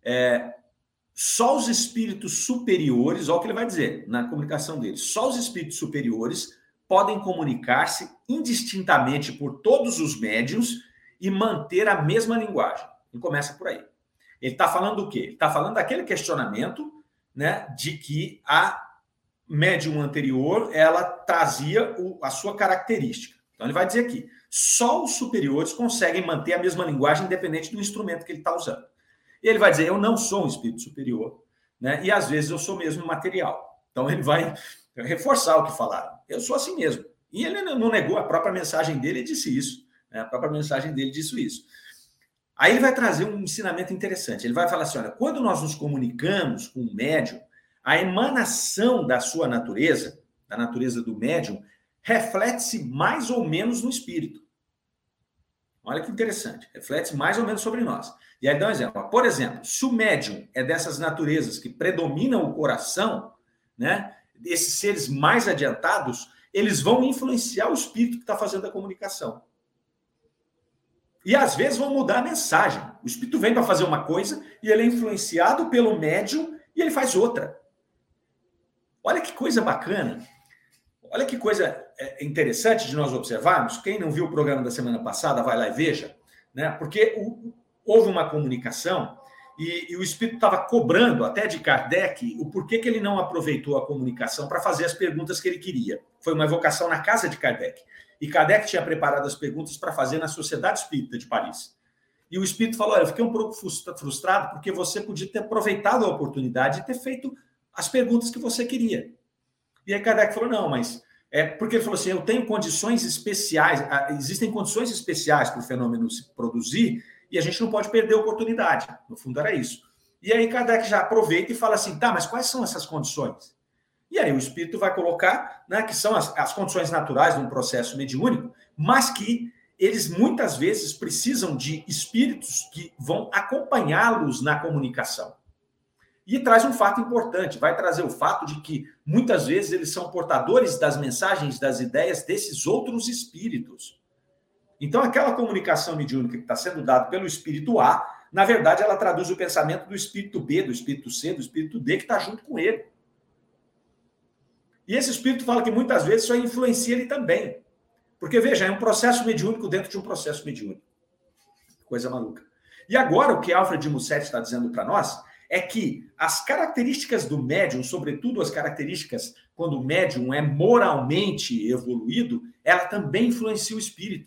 só os espíritos superiores, olha o que ele vai dizer na comunicação dele, só os espíritos superiores podem comunicar-se indistintamente por todos os médiuns e manter a mesma linguagem. E começa por aí. Ele está falando do quê? Ele está falando daquele questionamento, né, de que a médium anterior, ela trazia a sua característica. Então, ele vai dizer aqui, só os superiores conseguem manter a mesma linguagem independente do instrumento que ele está usando. E ele vai dizer, eu não sou um espírito superior, né? E às vezes eu sou mesmo material. Então, ele vai reforçar o que falaram. Eu sou assim mesmo. E ele não negou, a própria mensagem dele disse isso. Né? A própria mensagem dele disse isso. Aí ele vai trazer um ensinamento interessante. Ele vai falar assim, olha, quando nós nos comunicamos com o médium, a emanação da sua natureza, da natureza do médium, reflete-se mais ou menos no espírito. Olha que interessante. Reflete-se mais ou menos sobre nós. E aí dá um exemplo. Por exemplo, se o médium é dessas naturezas que predominam o coração, né, esses seres mais adiantados, eles vão influenciar o espírito que está fazendo a comunicação. E às vezes vão mudar a mensagem. O espírito vem para fazer uma coisa e ele é influenciado pelo médium e ele faz outra. Olha que coisa bacana. Olha que coisa interessante de nós observarmos. Quem não viu o programa da semana passada, vai lá e veja, né? Porque houve uma comunicação E o espírito estava cobrando até de Kardec o porquê que ele não aproveitou a comunicação para fazer as perguntas que ele queria. Foi uma evocação na casa de Kardec. E Kardec tinha preparado as perguntas para fazer na Sociedade Espírita de Paris. E o espírito falou, olha, eu fiquei um pouco frustrado porque você podia ter aproveitado a oportunidade e ter feito as perguntas que você queria. E aí Kardec falou, não, mas... porque ele falou assim, eu tenho condições especiais, existem condições especiais para o fenômeno se produzir e a gente não pode perder a oportunidade. No fundo era isso. E aí Kardec já aproveita e fala assim, tá, mas quais são essas condições? E aí o espírito vai colocar, né, que são as condições naturais de um processo mediúnico, mas que eles muitas vezes precisam de espíritos que vão acompanhá-los na comunicação. E traz um fato importante, vai trazer o fato de que muitas vezes eles são portadores das mensagens, das ideias desses outros espíritos. Então, aquela comunicação mediúnica que está sendo dada pelo espírito A, na verdade, ela traduz o pensamento do espírito B, do espírito C, do espírito D, que está junto com ele. E esse espírito fala que muitas vezes isso influencia ele também. Porque, veja, é um processo mediúnico dentro de um processo mediúnico. Coisa maluca. E agora, o que Alfred de Musset está dizendo para nós é que as características do médium, sobretudo as características quando o médium é moralmente evoluído, ela também influencia o espírito.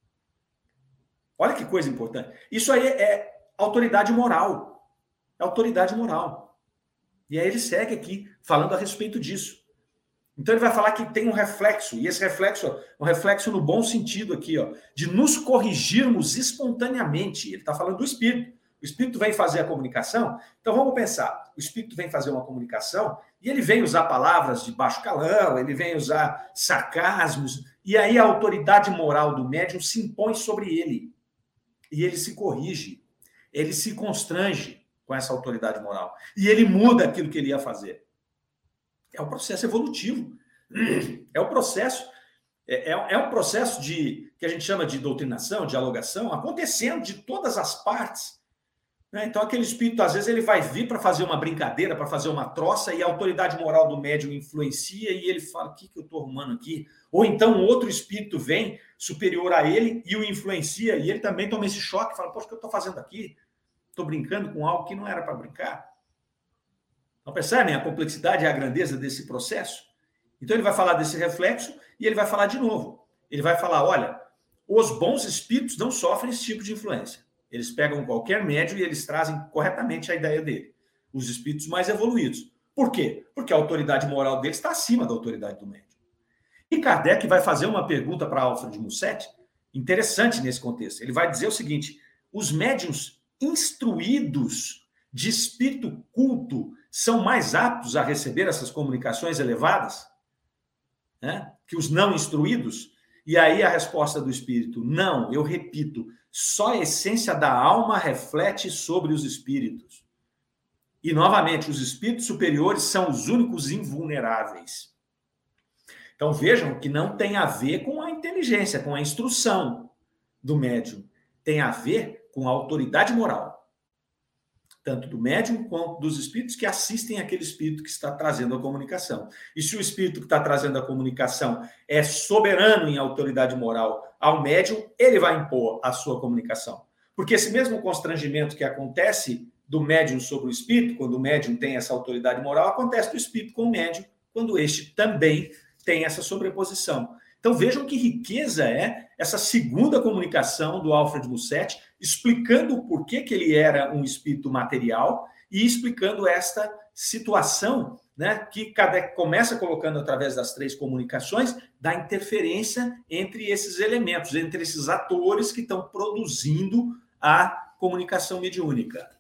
Olha que coisa importante. Isso aí é autoridade moral. É autoridade moral. E aí ele segue aqui falando a respeito disso. Então ele vai falar que tem um reflexo, e esse reflexo, um reflexo no bom sentido aqui, ó, de nos corrigirmos espontaneamente. Ele está falando do espírito. O espírito vem fazer a comunicação, então vamos pensar, o espírito vem fazer uma comunicação e ele vem usar palavras de baixo calão, ele vem usar sarcasmos, e aí a autoridade moral do médium se impõe sobre ele. E ele se corrige, ele se constrange com essa autoridade moral. E ele muda aquilo que ele ia fazer. É um processo evolutivo. É um processo, um processo que a gente chama de doutrinação, dialogação, acontecendo de todas as partes. Então, aquele espírito, às vezes, ele vai vir para fazer uma brincadeira, para fazer uma troça, e a autoridade moral do médium influencia, e ele fala, o que eu estou arrumando aqui? Ou então, um outro espírito vem, superior a ele, e o influencia, e ele também toma esse choque, fala, poxa, o que eu estou fazendo aqui? Estou brincando com algo que não era para brincar. Então, percebem a complexidade e a grandeza desse processo? Então, ele vai falar desse reflexo, e ele vai falar de novo. Ele vai falar, olha, os bons espíritos não sofrem esse tipo de influência. Eles pegam qualquer médium e eles trazem corretamente a ideia dele. Os espíritos mais evoluídos. Por quê? Porque a autoridade moral deles está acima da autoridade do médium. E Kardec vai fazer uma pergunta para Alfred de Musset, interessante nesse contexto. Ele vai dizer o seguinte, os médiuns instruídos de espírito culto são mais aptos a receber essas comunicações elevadas, né, que os não instruídos? E aí a resposta do espírito, não, eu repito, só a essência da alma reflete sobre os espíritos. E, novamente, os espíritos superiores são os únicos invulneráveis. Então, vejam que não tem a ver com a inteligência, com a instrução do médium. Tem a ver com a autoridade moral. Tanto do médium quanto dos espíritos que assistem aquele espírito que está trazendo a comunicação. E se o espírito que está trazendo a comunicação é soberano em autoridade moral ao médium, ele vai impor a sua comunicação. Porque esse mesmo constrangimento que acontece do médium sobre o espírito, quando o médium tem essa autoridade moral, acontece do espírito com o médium, quando este também tem essa sobreposição. Então vejam que riqueza é essa segunda comunicação do Alfred Musset, explicando o porquê que ele era um espírito material e explicando esta situação, né, que Kardec começa colocando através das três comunicações, da interferência entre esses elementos, entre esses atores que estão produzindo a comunicação mediúnica.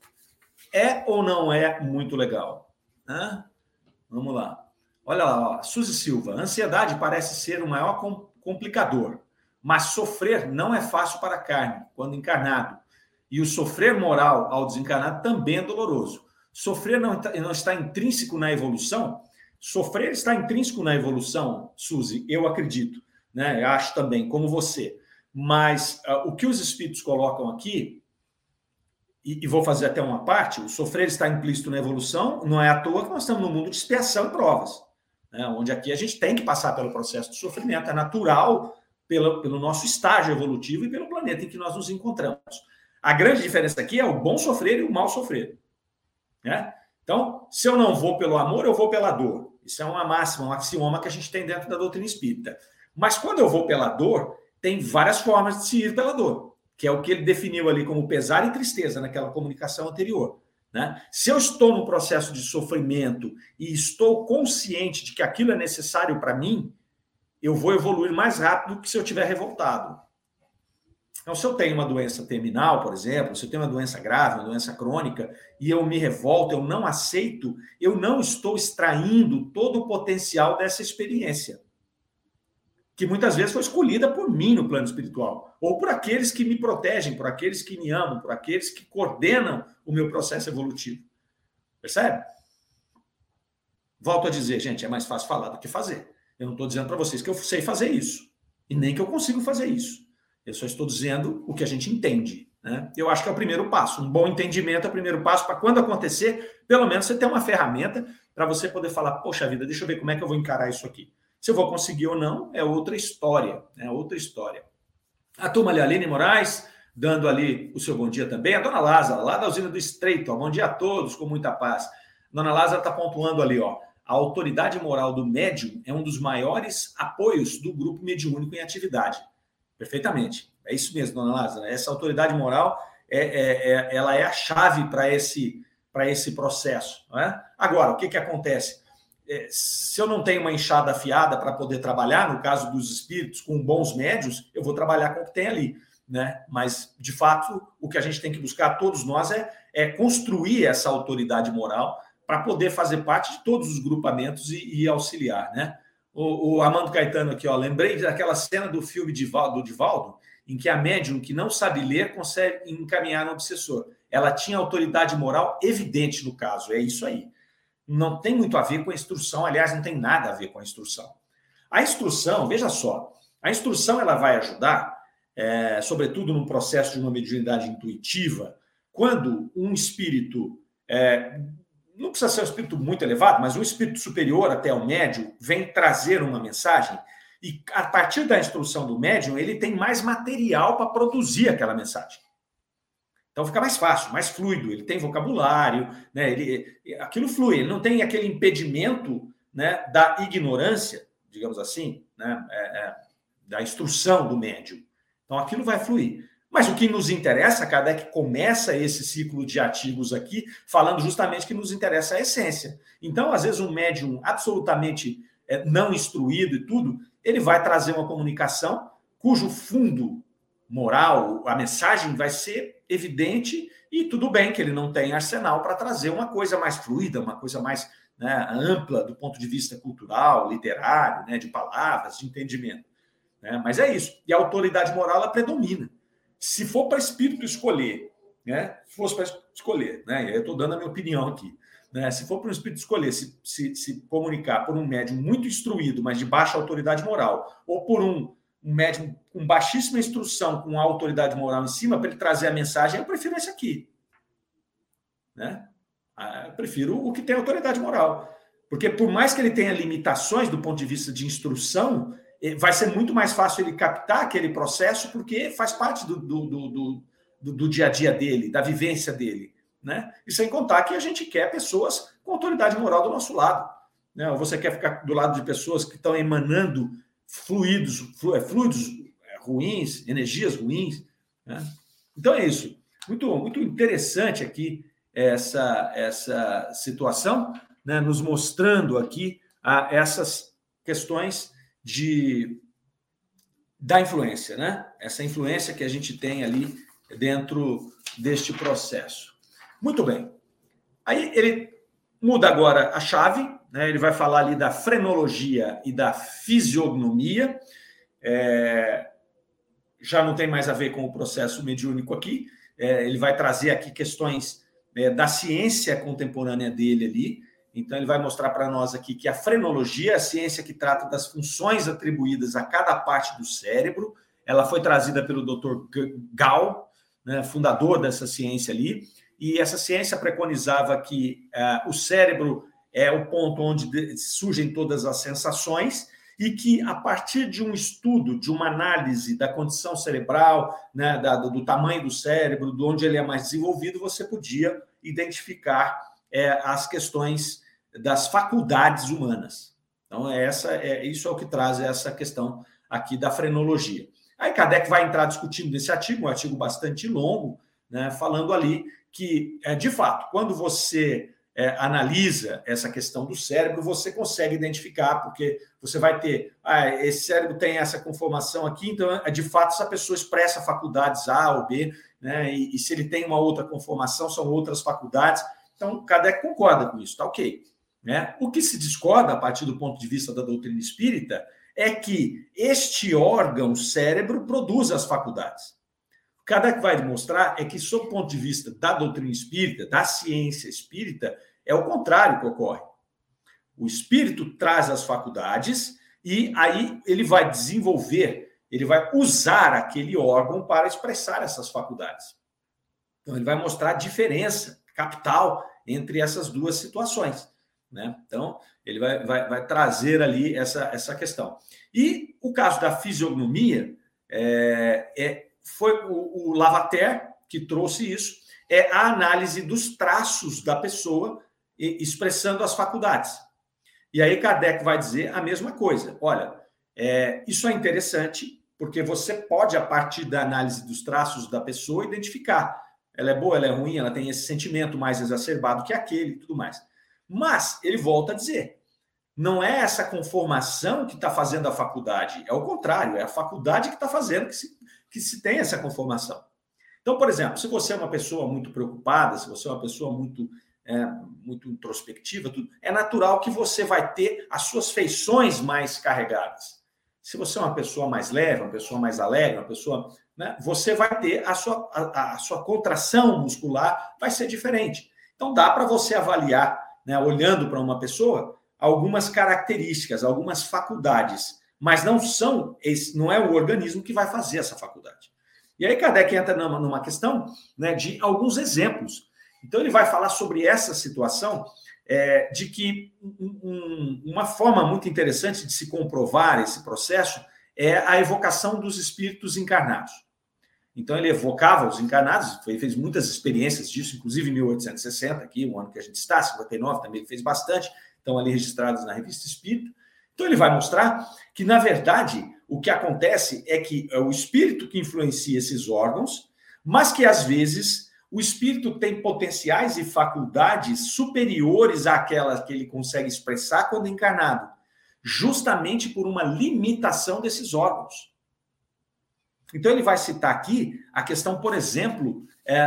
É ou não é muito legal? Vamos lá. Olha lá, ó. Suzy Silva. Ansiedade parece ser o maior complicador, mas sofrer não é fácil para a carne, quando encarnado. E o sofrer moral ao desencarnado também é doloroso. Sofrer não está intrínseco na evolução? Sofrer está intrínseco na evolução, Suzy, eu acredito, né? Eu acho também, como você. Mas o que os espíritos colocam aqui, e vou fazer até uma parte, o sofrer está implícito na evolução, não é à toa que nós estamos no mundo de expiação e provas, né? Onde aqui a gente tem que passar pelo processo de sofrimento, é natural pelo nosso estágio evolutivo e pelo planeta em que nós nos encontramos. A grande diferença aqui é o bom sofrer e o mal sofrer. Né? Então, se eu não vou pelo amor, eu vou pela dor. Isso é uma máxima, um axioma que a gente tem dentro da doutrina espírita. Mas quando eu vou pela dor, tem várias formas de se ir pela dor, que é o que ele definiu ali como pesar e tristeza naquela comunicação anterior. Né? Se eu estou num processo de sofrimento e estou consciente de que aquilo é necessário para mim, eu vou evoluir mais rápido do que se eu estiver revoltado. Então, se eu tenho uma doença terminal, por exemplo, se eu tenho uma doença grave, uma doença crônica, e eu me revolto, eu não aceito, eu não estou extraindo todo o potencial dessa experiência, que muitas vezes foi escolhida por mim no plano espiritual, ou por aqueles que me protegem, por aqueles que me amam, por aqueles que coordenam o meu processo evolutivo. Percebe? Volto a dizer, gente, é mais fácil falar do que fazer. Eu não estou dizendo para vocês que eu sei fazer isso, e nem que eu consigo fazer isso. Eu só estou dizendo o que a gente entende. Né? Eu acho que é o primeiro passo. Um bom entendimento é o primeiro passo para quando acontecer, pelo menos você ter uma ferramenta para você poder falar, poxa vida, deixa eu ver como é que eu vou encarar isso aqui. Se eu vou conseguir ou não, é outra história. É outra história. A turma ali, Aline Moraes, dando ali o seu bom dia também. A dona Lázara, lá da usina do Estreito. Ó, bom dia a todos, com muita paz. A dona Lázara está pontuando ali, ó. A autoridade moral do médium é um dos maiores apoios do grupo mediúnico em atividade. Perfeitamente. É isso mesmo, dona Lázara. Essa autoridade moral ela é a chave para esse processo. Não é? Agora, o que acontece? Se eu não tenho uma enxada afiada para poder trabalhar, no caso dos espíritos, com bons médios, eu vou trabalhar com o que tem ali. Né? Mas, de fato, o que a gente tem que buscar, todos nós, é construir essa autoridade moral para poder fazer parte de todos os grupamentos e auxiliar, né? O Amando Caetano aqui, ó, lembrei daquela cena do filme do Divaldo, em que a médium que não sabe ler consegue encaminhar no obsessor. Ela tinha autoridade moral evidente no caso, é isso aí. Não tem muito a ver com a instrução, aliás, não tem nada a ver com a instrução. A instrução, veja só, a instrução ela vai ajudar, sobretudo num processo de uma mediunidade intuitiva, quando um espírito... não precisa ser um espírito muito elevado, mas um espírito superior até o médium vem trazer uma mensagem e, a partir da instrução do médium, ele tem mais material para produzir aquela mensagem. Então, fica mais fácil, mais fluido, ele tem vocabulário, né? Aquilo flui, ele não tem aquele impedimento, né, da ignorância, digamos assim, né, da instrução do médium. Então, aquilo vai fluir. Mas o que nos interessa, Kardec começa esse ciclo de artigos aqui falando justamente que nos interessa a essência. Então, às vezes, um médium absolutamente não instruído e tudo, ele vai trazer uma comunicação cujo fundo moral, a mensagem vai ser evidente e tudo bem que ele não tem arsenal para trazer uma coisa mais fluida, uma coisa mais, né, ampla do ponto de vista cultural, literário, né, de palavras, de entendimento. Né? Mas é isso. E a autoridade moral, ela predomina. Se for para espírito escolher, né? Se fosse para escolher, né? Eu estou dando a minha opinião aqui. Né? Se for para um espírito escolher se comunicar por um médium muito instruído, mas de baixa autoridade moral, ou por um médium com baixíssima instrução, com autoridade moral em cima, para ele trazer a mensagem, eu prefiro esse aqui. Né? Eu prefiro o que tem autoridade moral. Porque por mais que ele tenha limitações do ponto de vista de instrução, vai ser muito mais fácil ele captar aquele processo, porque faz parte do dia a dia dele, da vivência dele. Né? E sem contar que a gente quer pessoas com autoridade moral do nosso lado. Né? Ou você quer ficar do lado de pessoas que estão emanando fluidos ruins, energias ruins. Né? Então é isso. Muito, muito interessante aqui essa situação, né? Nos mostrando aqui essas questões da influência, né? Essa influência que a gente tem ali dentro deste processo. Muito bem. Aí ele muda agora a chave, né? Ele vai falar ali da frenologia e da fisiognomia. Já não tem mais a ver com o processo mediúnico aqui. Ele vai trazer aqui questões da ciência contemporânea dele ali. Então, ele vai mostrar para nós aqui que a frenologia é a ciência que trata das funções atribuídas a cada parte do cérebro. Ela foi trazida pelo Dr. Gall, né, fundador dessa ciência ali, e essa ciência preconizava que o cérebro é o ponto onde surgem todas as sensações e que, a partir de um estudo, de uma análise da condição cerebral, né, do tamanho do cérebro, de onde ele é mais desenvolvido, você podia identificar as questões das faculdades humanas. Então, isso é o que traz essa questão aqui da frenologia. Aí Kardec vai entrar discutindo nesse artigo, um artigo bastante longo, né, falando ali que, de fato, quando você analisa essa questão do cérebro, você consegue identificar, porque você vai ter, esse cérebro tem essa conformação aqui, então, de fato, essa pessoa expressa faculdades A ou B, né, e se ele tem uma outra conformação, são outras faculdades. Então, Kardec concorda com isso, tá ok. Né? O que se discorda, a partir do ponto de vista da doutrina espírita, é que este órgão, cérebro, produz as faculdades. O que Kardec vai demonstrar é que, sob o ponto de vista da doutrina espírita, da ciência espírita, é o contrário que ocorre. O espírito traz as faculdades e aí ele vai desenvolver, ele vai usar aquele órgão para expressar essas faculdades. Então, ele vai mostrar a diferença capital entre essas duas situações. Né? Então, ele vai trazer ali essa questão. E o caso da fisiognomia foi o Lavater que trouxe isso, é a análise dos traços da pessoa expressando as faculdades. E aí Kardec vai dizer a mesma coisa. Olha, isso é interessante, porque você pode, a partir da análise dos traços da pessoa, identificar. Ela é boa, ela é ruim, ela tem esse sentimento mais exacerbado que aquele e tudo mais. Mas ele volta a dizer, não é essa conformação que está fazendo a faculdade, é o contrário, é a faculdade que está fazendo que se tenha essa conformação. Então, por exemplo, se você é uma pessoa muito preocupada, se você é uma pessoa muito introspectiva, é natural que você vai ter as suas feições mais carregadas. Se você é uma pessoa mais leve, uma pessoa mais alegre, uma pessoa, né, você vai ter a sua contração muscular vai ser diferente. Então, dá para você avaliar, né, olhando para uma pessoa, algumas características, algumas faculdades, mas não é o organismo que vai fazer essa faculdade. E aí Kardec entra numa questão, né, de alguns exemplos. Então, ele vai falar sobre essa situação de que uma forma muito interessante de se comprovar esse processo é a evocação dos espíritos encarnados. Então, ele evocava os encarnados, fez muitas experiências disso, inclusive em 1860, aqui, o ano que a gente está, 59 também, ele fez bastante, estão ali registrados na Revista Espírita. Então, ele vai mostrar que, na verdade, o que acontece é que é o espírito que influencia esses órgãos, mas que, às vezes, o espírito tem potenciais e faculdades superiores àquelas que ele consegue expressar quando encarnado, justamente por uma limitação desses órgãos. Então, ele vai citar aqui a questão, por exemplo,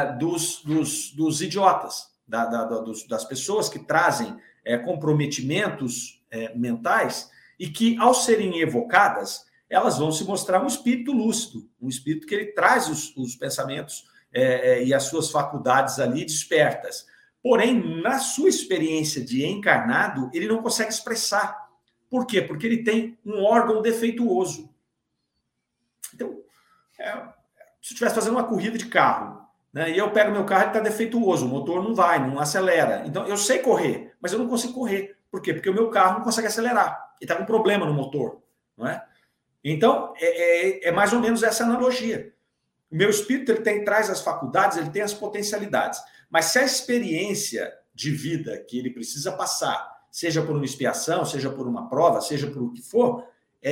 dos idiotas, das pessoas que trazem comprometimentos mentais e que, ao serem evocadas, elas vão se mostrar um espírito lúcido, um espírito que ele traz os pensamentos e as suas faculdades ali despertas. Porém, na sua experiência de encarnado, ele não consegue expressar. Por quê? Porque ele tem um órgão defeituoso. Então, se eu estivesse fazendo uma corrida de carro, né, e eu pego meu carro, ele está defeituoso, o motor não vai, não acelera. Então, eu sei correr, mas eu não consigo correr. Por quê? Porque o meu carro não consegue acelerar. Ele está com um problema no motor. Não é? Então, é mais ou menos essa analogia. O meu espírito traz as faculdades, ele tem as potencialidades. Mas se a experiência de vida que ele precisa passar, seja por uma expiação, seja por uma prova, seja por o que for,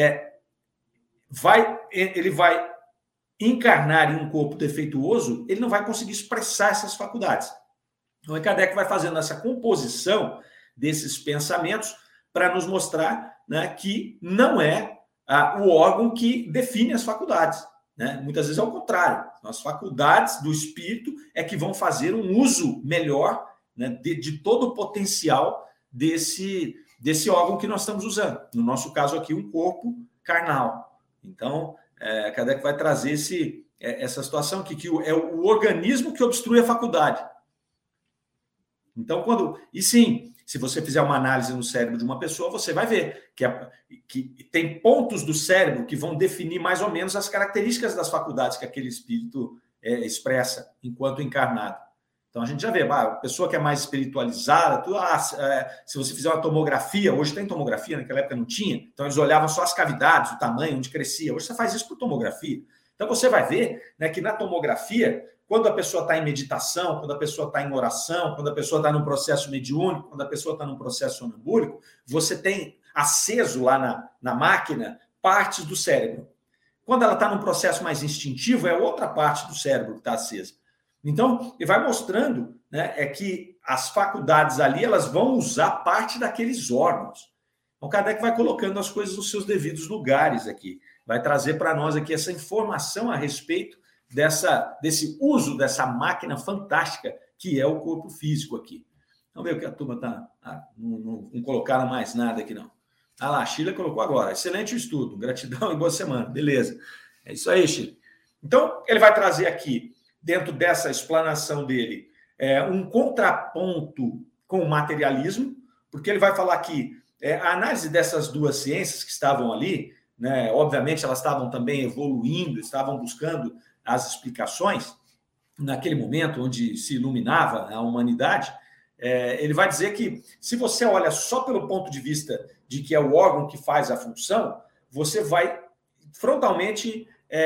ele vai encarnar em um corpo defeituoso, ele não vai conseguir expressar essas faculdades. Então, Kardec vai fazendo essa composição desses pensamentos para nos mostrar, né, que não é o órgão que define as faculdades. Né? Muitas vezes é o contrário. As faculdades do espírito é que vão fazer um uso melhor, né, de todo o potencial desse órgão que nós estamos usando. No nosso caso aqui, um corpo carnal. Então, Kardec vai trazer essa situação que é o organismo que obstrui a faculdade. Então, E sim, se você fizer uma análise no cérebro de uma pessoa, você vai ver que tem pontos do cérebro que vão definir mais ou menos as características das faculdades que aquele espírito expressa enquanto encarnado. Então, a gente já vê, a pessoa que é mais espiritualizada, se você fizer uma tomografia, hoje tem tomografia, naquela época não tinha, então eles olhavam só as cavidades, o tamanho, onde crescia. Hoje você faz isso por tomografia. Então, você vai ver, né, que na tomografia, quando a pessoa está em meditação, quando a pessoa está em oração, quando a pessoa está num processo mediúnico, quando a pessoa está num processo sonambúlico, você tem aceso lá na máquina partes do cérebro. Quando ela está num processo mais instintivo, é outra parte do cérebro que está acesa. Então, ele vai mostrando, né, que as faculdades ali, elas vão usar parte daqueles órgãos. Então, Kardec vai colocando as coisas nos seus devidos lugares aqui. Vai trazer para nós aqui essa informação a respeito desse uso dessa máquina fantástica que é o corpo físico aqui. Vamos ver o que a turma está... não colocaram mais nada aqui, não. Ah lá, a Sheila colocou agora. Excelente o estudo. Gratidão e boa semana. Beleza. É isso aí, Sheila. Então, ele vai trazer aqui, dentro dessa explanação dele, um contraponto com o materialismo, porque ele vai falar que a análise dessas duas ciências que estavam ali, né, obviamente elas estavam também evoluindo, estavam buscando as explicações, naquele momento onde se iluminava a humanidade, ele vai dizer que se você olha só pelo ponto de vista de que é o órgão que faz a função, você vai frontalmente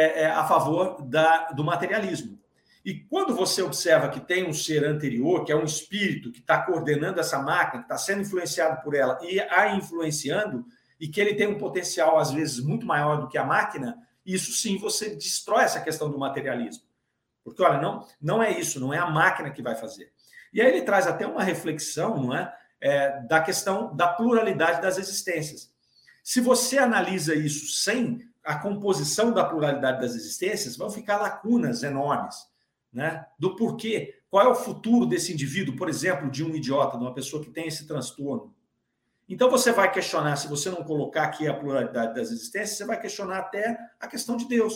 a favor do materialismo. E quando você observa que tem um ser anterior, que é um espírito que está coordenando essa máquina, que está sendo influenciado por ela e a influenciando, e que ele tem um potencial, às vezes, muito maior do que a máquina, isso sim você destrói essa questão do materialismo. Porque, olha, não é isso, não é a máquina que vai fazer. E aí ele traz até uma reflexão, não é? Da questão da pluralidade das existências. Se você analisa isso sem a composição da pluralidade das existências, vão ficar lacunas enormes, né? Do porquê, qual é o futuro desse indivíduo, por exemplo, de um idiota, de uma pessoa que tem esse transtorno. Então você vai questionar, se você não colocar aqui a pluralidade das existências, você vai questionar até a questão de Deus,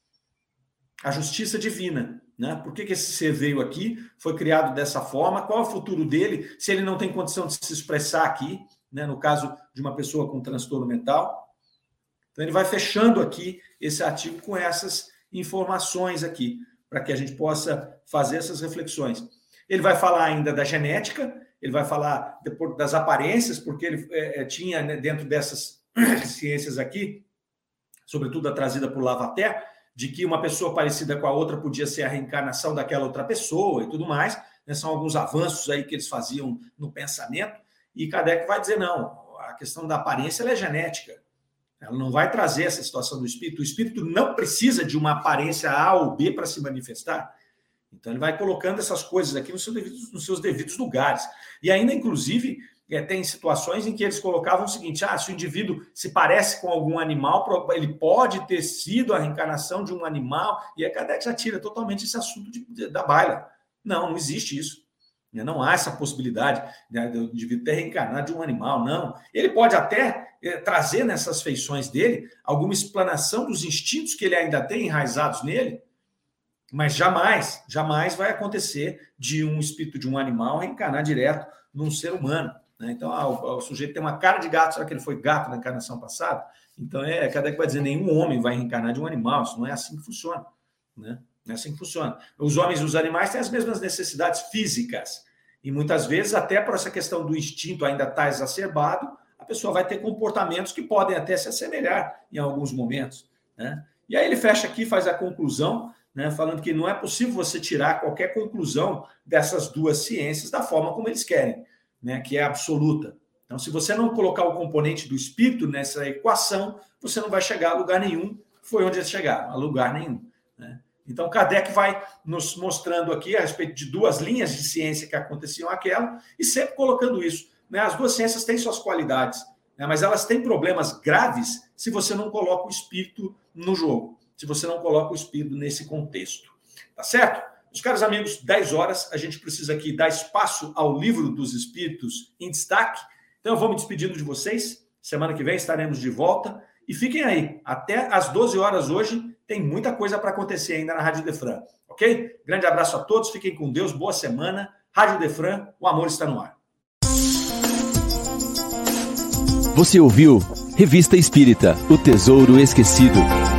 a justiça divina, né? Por que esse ser veio aqui, foi criado dessa forma, qual é o futuro dele, se ele não tem condição de se expressar aqui, né? No caso de uma pessoa com transtorno mental. Então ele vai fechando aqui esse artigo com essas informações aqui, para que a gente possa fazer essas reflexões. Ele vai falar ainda da genética, ele vai falar depois das aparências, porque ele tinha, né, dentro dessas ciências aqui, sobretudo a trazida por Lavater, de que uma pessoa parecida com a outra podia ser a reencarnação daquela outra pessoa e tudo mais, né? São alguns avanços aí que eles faziam no pensamento, e Kardec vai dizer, não, a questão da aparência ela é genética, ela não vai trazer essa situação do espírito, o espírito não precisa de uma aparência A ou B para se manifestar. Então ele vai colocando essas coisas aqui nos seus devidos lugares. E ainda, inclusive, tem situações em que eles colocavam o seguinte, se o indivíduo se parece com algum animal, ele pode ter sido a reencarnação de um animal, e a Kardec já tira totalmente esse assunto da baila. Não existe isso. Não há essa possibilidade, né, do indivíduo ter reencarnado de um animal, não. Ele pode até trazer nessas feições dele alguma explanação dos instintos que ele ainda tem enraizados nele, mas jamais vai acontecer de um espírito de um animal reencarnar direto num ser humano, né? Então, o sujeito tem uma cara de gato, será que ele foi gato na encarnação passada? Então, Kardec vai dizer, nenhum homem vai reencarnar de um animal, isso não é assim que funciona, né? Não é assim que funciona. Os homens e os animais têm as mesmas necessidades físicas, e muitas vezes, até por essa questão do instinto ainda estar exacerbado, a pessoa vai ter comportamentos que podem até se assemelhar em alguns momentos, né? E aí ele fecha aqui, faz a conclusão, né, falando que não é possível você tirar qualquer conclusão dessas duas ciências da forma como eles querem, né, que é absoluta. Então, se você não colocar o componente do espírito nessa equação, você não vai chegar a lugar nenhum, foi onde eles chegaram, a lugar nenhum, né? Então, Kardec vai nos mostrando aqui a respeito de duas linhas de ciência que aconteciam aquela, e sempre colocando isso, né? As duas ciências têm suas qualidades, né, mas elas têm problemas graves se você não coloca o espírito no jogo, se você não coloca o espírito nesse contexto. Tá certo? Meus caros amigos, 10 horas, a gente precisa aqui dar espaço ao Livro dos Espíritos em Destaque. Então eu vou me despedindo de vocês. Semana que vem estaremos de volta. E fiquem aí. Até às 12 horas hoje tem muita coisa para acontecer ainda na Rádio Defran. Ok? Grande abraço a todos. Fiquem com Deus. Boa semana. Rádio Defran, o amor está no ar. Você ouviu Revista Espírita, O Tesouro Esquecido.